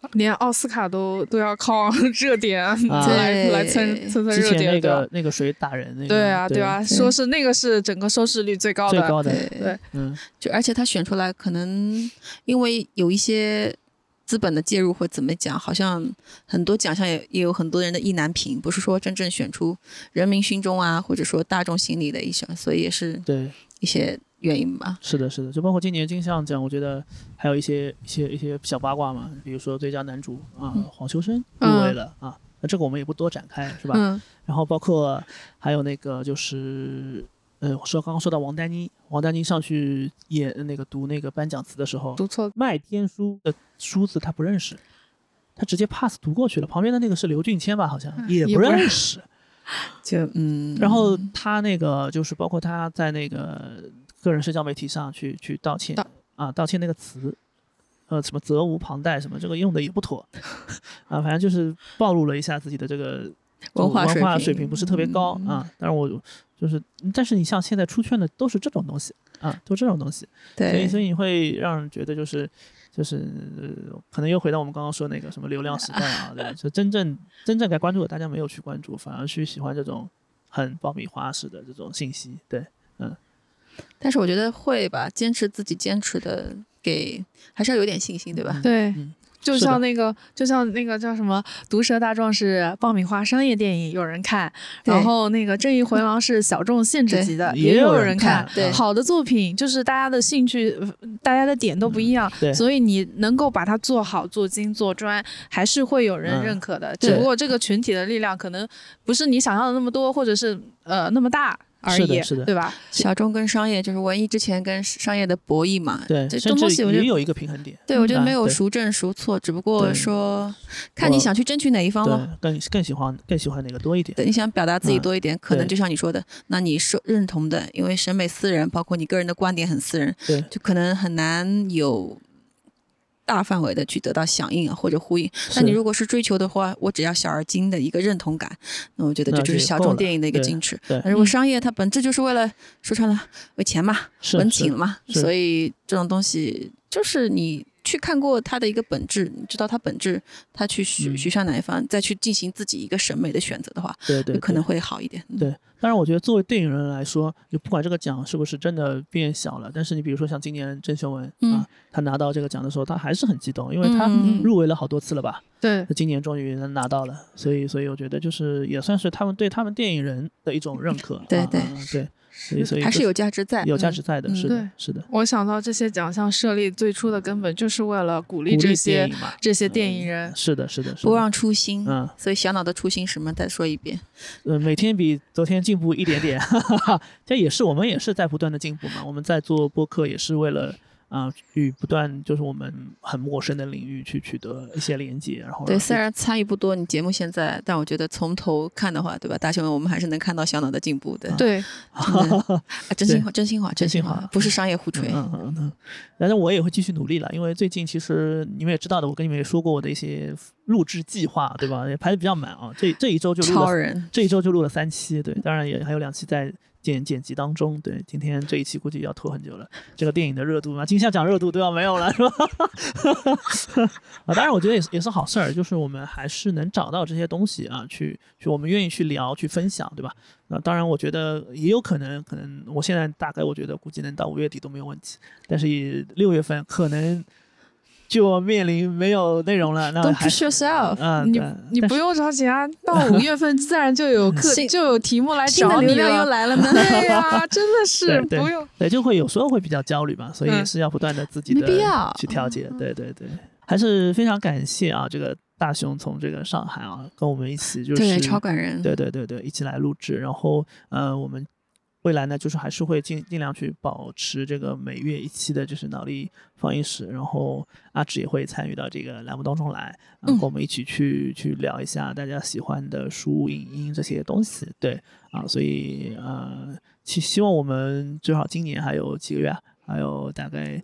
连奥斯卡都要靠热点来蹭热之前点。 那个谁打人那个， 对啊，对啊，说是那个是整个收视率最高的。 对，就而且他选出来，可能因为有一些资本的介入或怎么讲，好像很多奖项也有很多人的意难平，不是说真正选出人民心中啊，或者说大众心里的一些，所以也是对一些原因吧。 是的，就包括今年金像奖，我觉得还有一些小八卦嘛，比如说最佳男主啊，黄秋生入围了啊，那这个我们也不多展开，是吧？然后包括还有那个就是刚刚说到王丹妮上去读那个颁奖词的时候， 读错麦天书的书字他不认识，他直接 pass 读过去了。旁边的那个是刘俊谦吧，好像也不认识。然后他那个就是包括他在那个个人社交媒体上去道歉道歉那个词，什么责无旁贷什么，这个用的也不妥反正就是暴露了一下自己的这个文化水平不是特别高当然我就是，但是你像现在出圈的都是这种东西都这种东西， 对， 所以你会让人觉得就是可能又回到我们刚刚说那个什么流量时代对，就真正该关注的大家没有去关注，反而去喜欢这种很爆米花式的这种信息，对， 但是我觉得会吧，坚持自己坚持的，还是要有点信心，对吧？ 对。就像那个叫什么《毒舌大壮士》爆米花商业电影有人看，然后那个《正义回廊》是小众限制级的也有人看。 对， 好的作品就是大家的兴趣大家的点都不一样，所以你能够把它做好做精做专还是会有人认可的，只不过这个群体的力量可能不是你想象的那么多，或者是那么大而已， 是的， 对吧？ 小众跟商业就是文艺之前跟商业的博弈嘛， 对， 这东西我觉得也有一个平衡点。 对，我觉得没有孰正孰错，只不过说看你想去争取哪一方咯。 更喜欢哪个多一点。 对，你想表达自己多一点，可能就像你说的，那你认同的，因为审美私人，包括你个人的观点很私人， 对， 就可能很难有大范围的去得到响应或者呼应。但你如果是追求的话，我只要小而精的一个认同感，那我觉得这就是小众电影的一个矜持。那如果商业它本质就是为了说穿了为钱嘛，文情嘛，所以这种东西就是你去看过它的一个本质，你知道它本质，它去取向哪一方，再去进行自己一个审美的选择的话， 对， 可能会好一点。 对，当然我觉得作为电影人来说，就不管这个奖是不是真的变小了，但是你比如说像今年郑秀文他拿到这个奖的时候，他还是很激动，因为他入围了好多次了吧？ 对， 今年终于拿到了，所以我觉得就是也算是他们对他们电影人的一种认可。 对， 所以还是有价值在， 的，是的。 我想到这些奖项设立最初的根本就是为了鼓励这些电影人， 是的， 不让初心。所以小脑的初心什么？再说一遍。 每天比昨天进步一点点，这我们也是在不断的进步嘛。我们在做播客也是为了与不断就是我们很陌生的领域去取得一些连接，然后对，虽然参与不多，你节目现在，但我觉得从头看的话，对吧？大雄们，我们还是能看到小脑的进步的。 对， 真心话，不是商业互吹。 但是我也会继续努力了，因为最近其实你们也知道的，我跟你们也说过我的一些录制计划，对吧？也排得比较满啊。这一周就录了超人， 这一周就录了3期，对，当然也还有2期在剪辑当中，对，今天这一期估计要拖很久了。这个电影的热度嘛，金像奖热度都要没有了，是吧？当然我觉得也是好事儿，就是我们还是能找到这些东西去我们愿意去聊去分享，对吧？当然我觉得也有可能我现在大概我觉得估计能到5月底都没有问题，但是6月份可能就面临没有内容了，那 Don't push yourself。 你不用着急啊，到5月份自然就有就有题目来找你了， 新的流量又来了呢。 对呀，真的是不用。 对，就会有时候会比较焦虑嘛，所以也是要不断的自己的去调节。对，还是非常感谢这个大雄从这个上海跟我们一起就是对超感人。 对，一起来录制，然后我们未来呢，就是还是会尽量去保持这个每月1期的，就是脑力放映室，然后阿志也会参与到这个栏目当中来，跟我们一起去聊一下大家喜欢的书、影音这些东西，对所以希望我们最好今年还有几个月，还有大概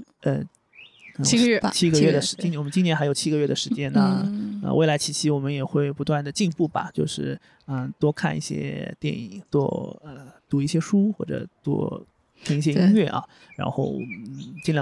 7个月的时间，我们今年还有7个月的时间呢。未来7期我们也会不断的进步吧，就是多看一些电影，多读一些书，或者多听一些音乐然后尽量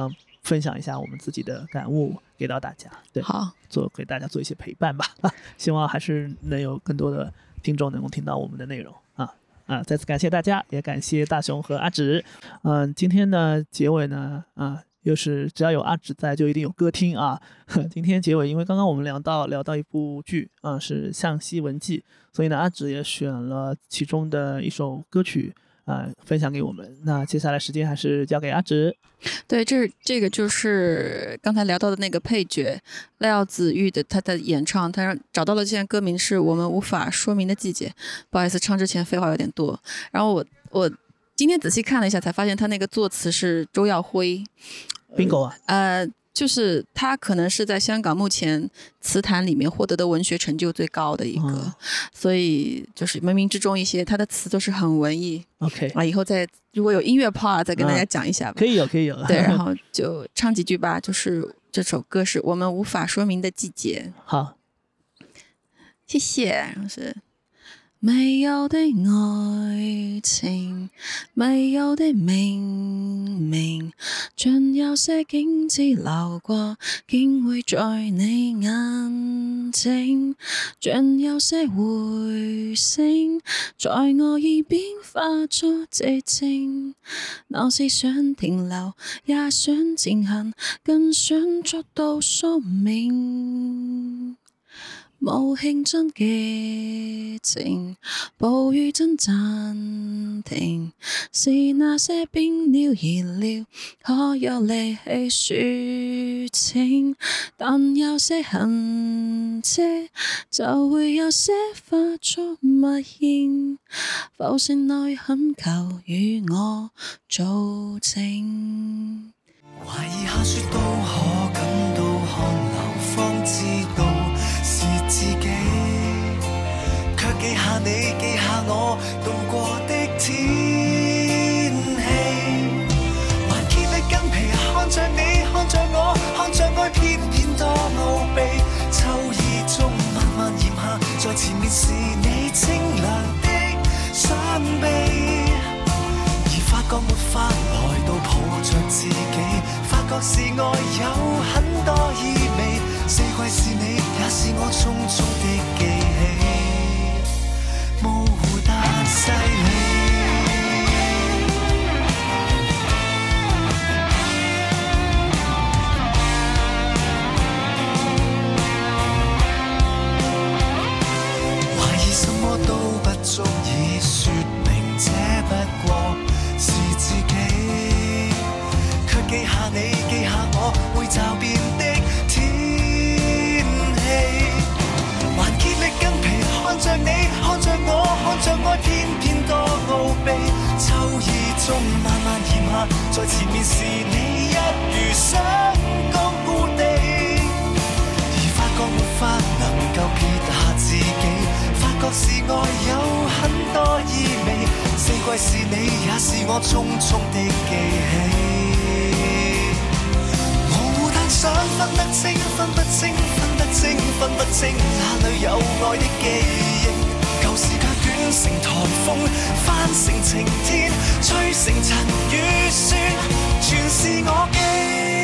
分享一下我们自己的感悟给到大家，对， 好， 给大家做一些陪伴吧希望还是能有更多的听众能够听到我们的内容再次感谢大家，也感谢大雄和阿芷。今天的结尾呢又是只要有阿芷在就一定有歌听啊今天结尾因为刚刚我们聊到一部剧是《向西文记》，所以呢阿芷也选了其中的一首歌曲分享给我们。那接下来时间还是交给阿芷。 对，这个就是刚才聊到的那个配角廖子玉的他的演唱，他找到了现在歌名是我们无法说明的季节。不好意思，唱之前废话有点多。然后我今天仔细看了一下，才发现他那个作词是周耀辉。 bingo 就是他可能是在香港目前词坛里面获得的文学成就最高的一个，所以就是冥冥之中一些他的词都是很文艺。 OK 以后如果有音乐part再跟大家讲一下吧。 可以有对，然后就唱几句吧。就是这首歌是我们无法说明的季节。 好， 谢谢。然后是没有的愛情，沒有的明明，像有些景致流過，竟會在你眼睛，像有些回聲，在我耳邊化作寂靜。我是想停留，也想前行，更想捉到宿命。無認真嘅情，暴雨真暫停，是那些冰了熱了，可有力氣抒情，但有些痕跡，就會有些化作默認，浮城內懇求與我做證。 懷疑下雪都可感到寒流，方知道是自己，卻記下你，記下我度過的天氣，還竭力筋疲看着你，看着我，看着愛偏偏多奧秘，秋意中慢慢炎夏，在前面是你清涼的雙臂，而發覺沒法來到抱着自己，發覺是愛有很多意味，四季是你，也是我匆匆的記起，模糊但細膩。懷疑什麼都不足以說明，這不過是自己，卻記下你，記下我會驟變的天氣，還竭力筋疲看着你，看着我，看着愛偏偏多奧秘，秋意中慢慢炎夏，在前面是你一如相隔故地，而發覺沒法能夠撇下自己，發覺是愛有很多意味，四季是你，也是我匆匆的記起，模糊但想分得清，分不清，分得清，分不清哪裏有愛的記憶，舊時卻捲成颱風，翻成晴天，吹成塵與雪，全是我記。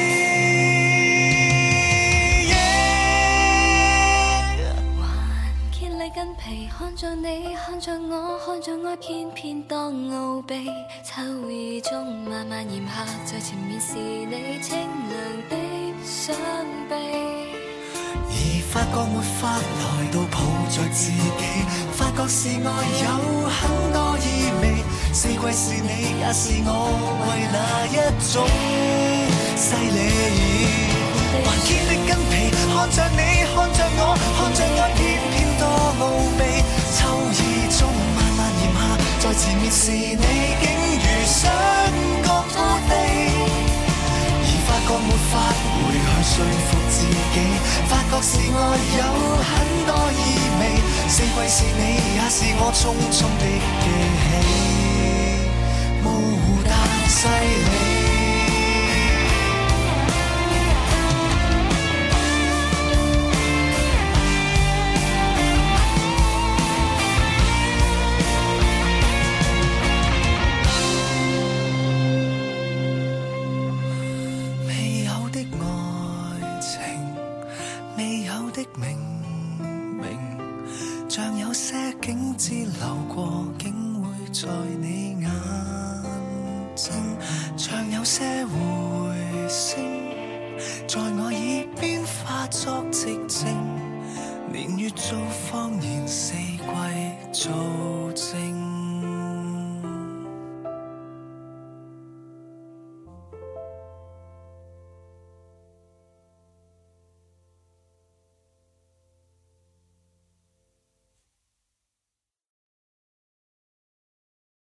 筋疲看着你，看着我，看着愛偏偏多奧秘，秋意中慢慢炎夏，在前面是你清涼的雙臂， 而發覺沒法來到抱着自己，發覺是愛有很多意味，四季是你，也是我為那一種犀利，還竭力筋疲看着你，看着我，看着愛偏偏多奧秘，秋意中慢慢炎夏，在前面是你，竟如相隔故地，而發覺沒法回去說服自己，發覺是愛有很多意味，四季是你，也是我匆匆的記起，模糊但細膩。沒有些回声，在我耳邊化作寂靜，年月做謊言，四季做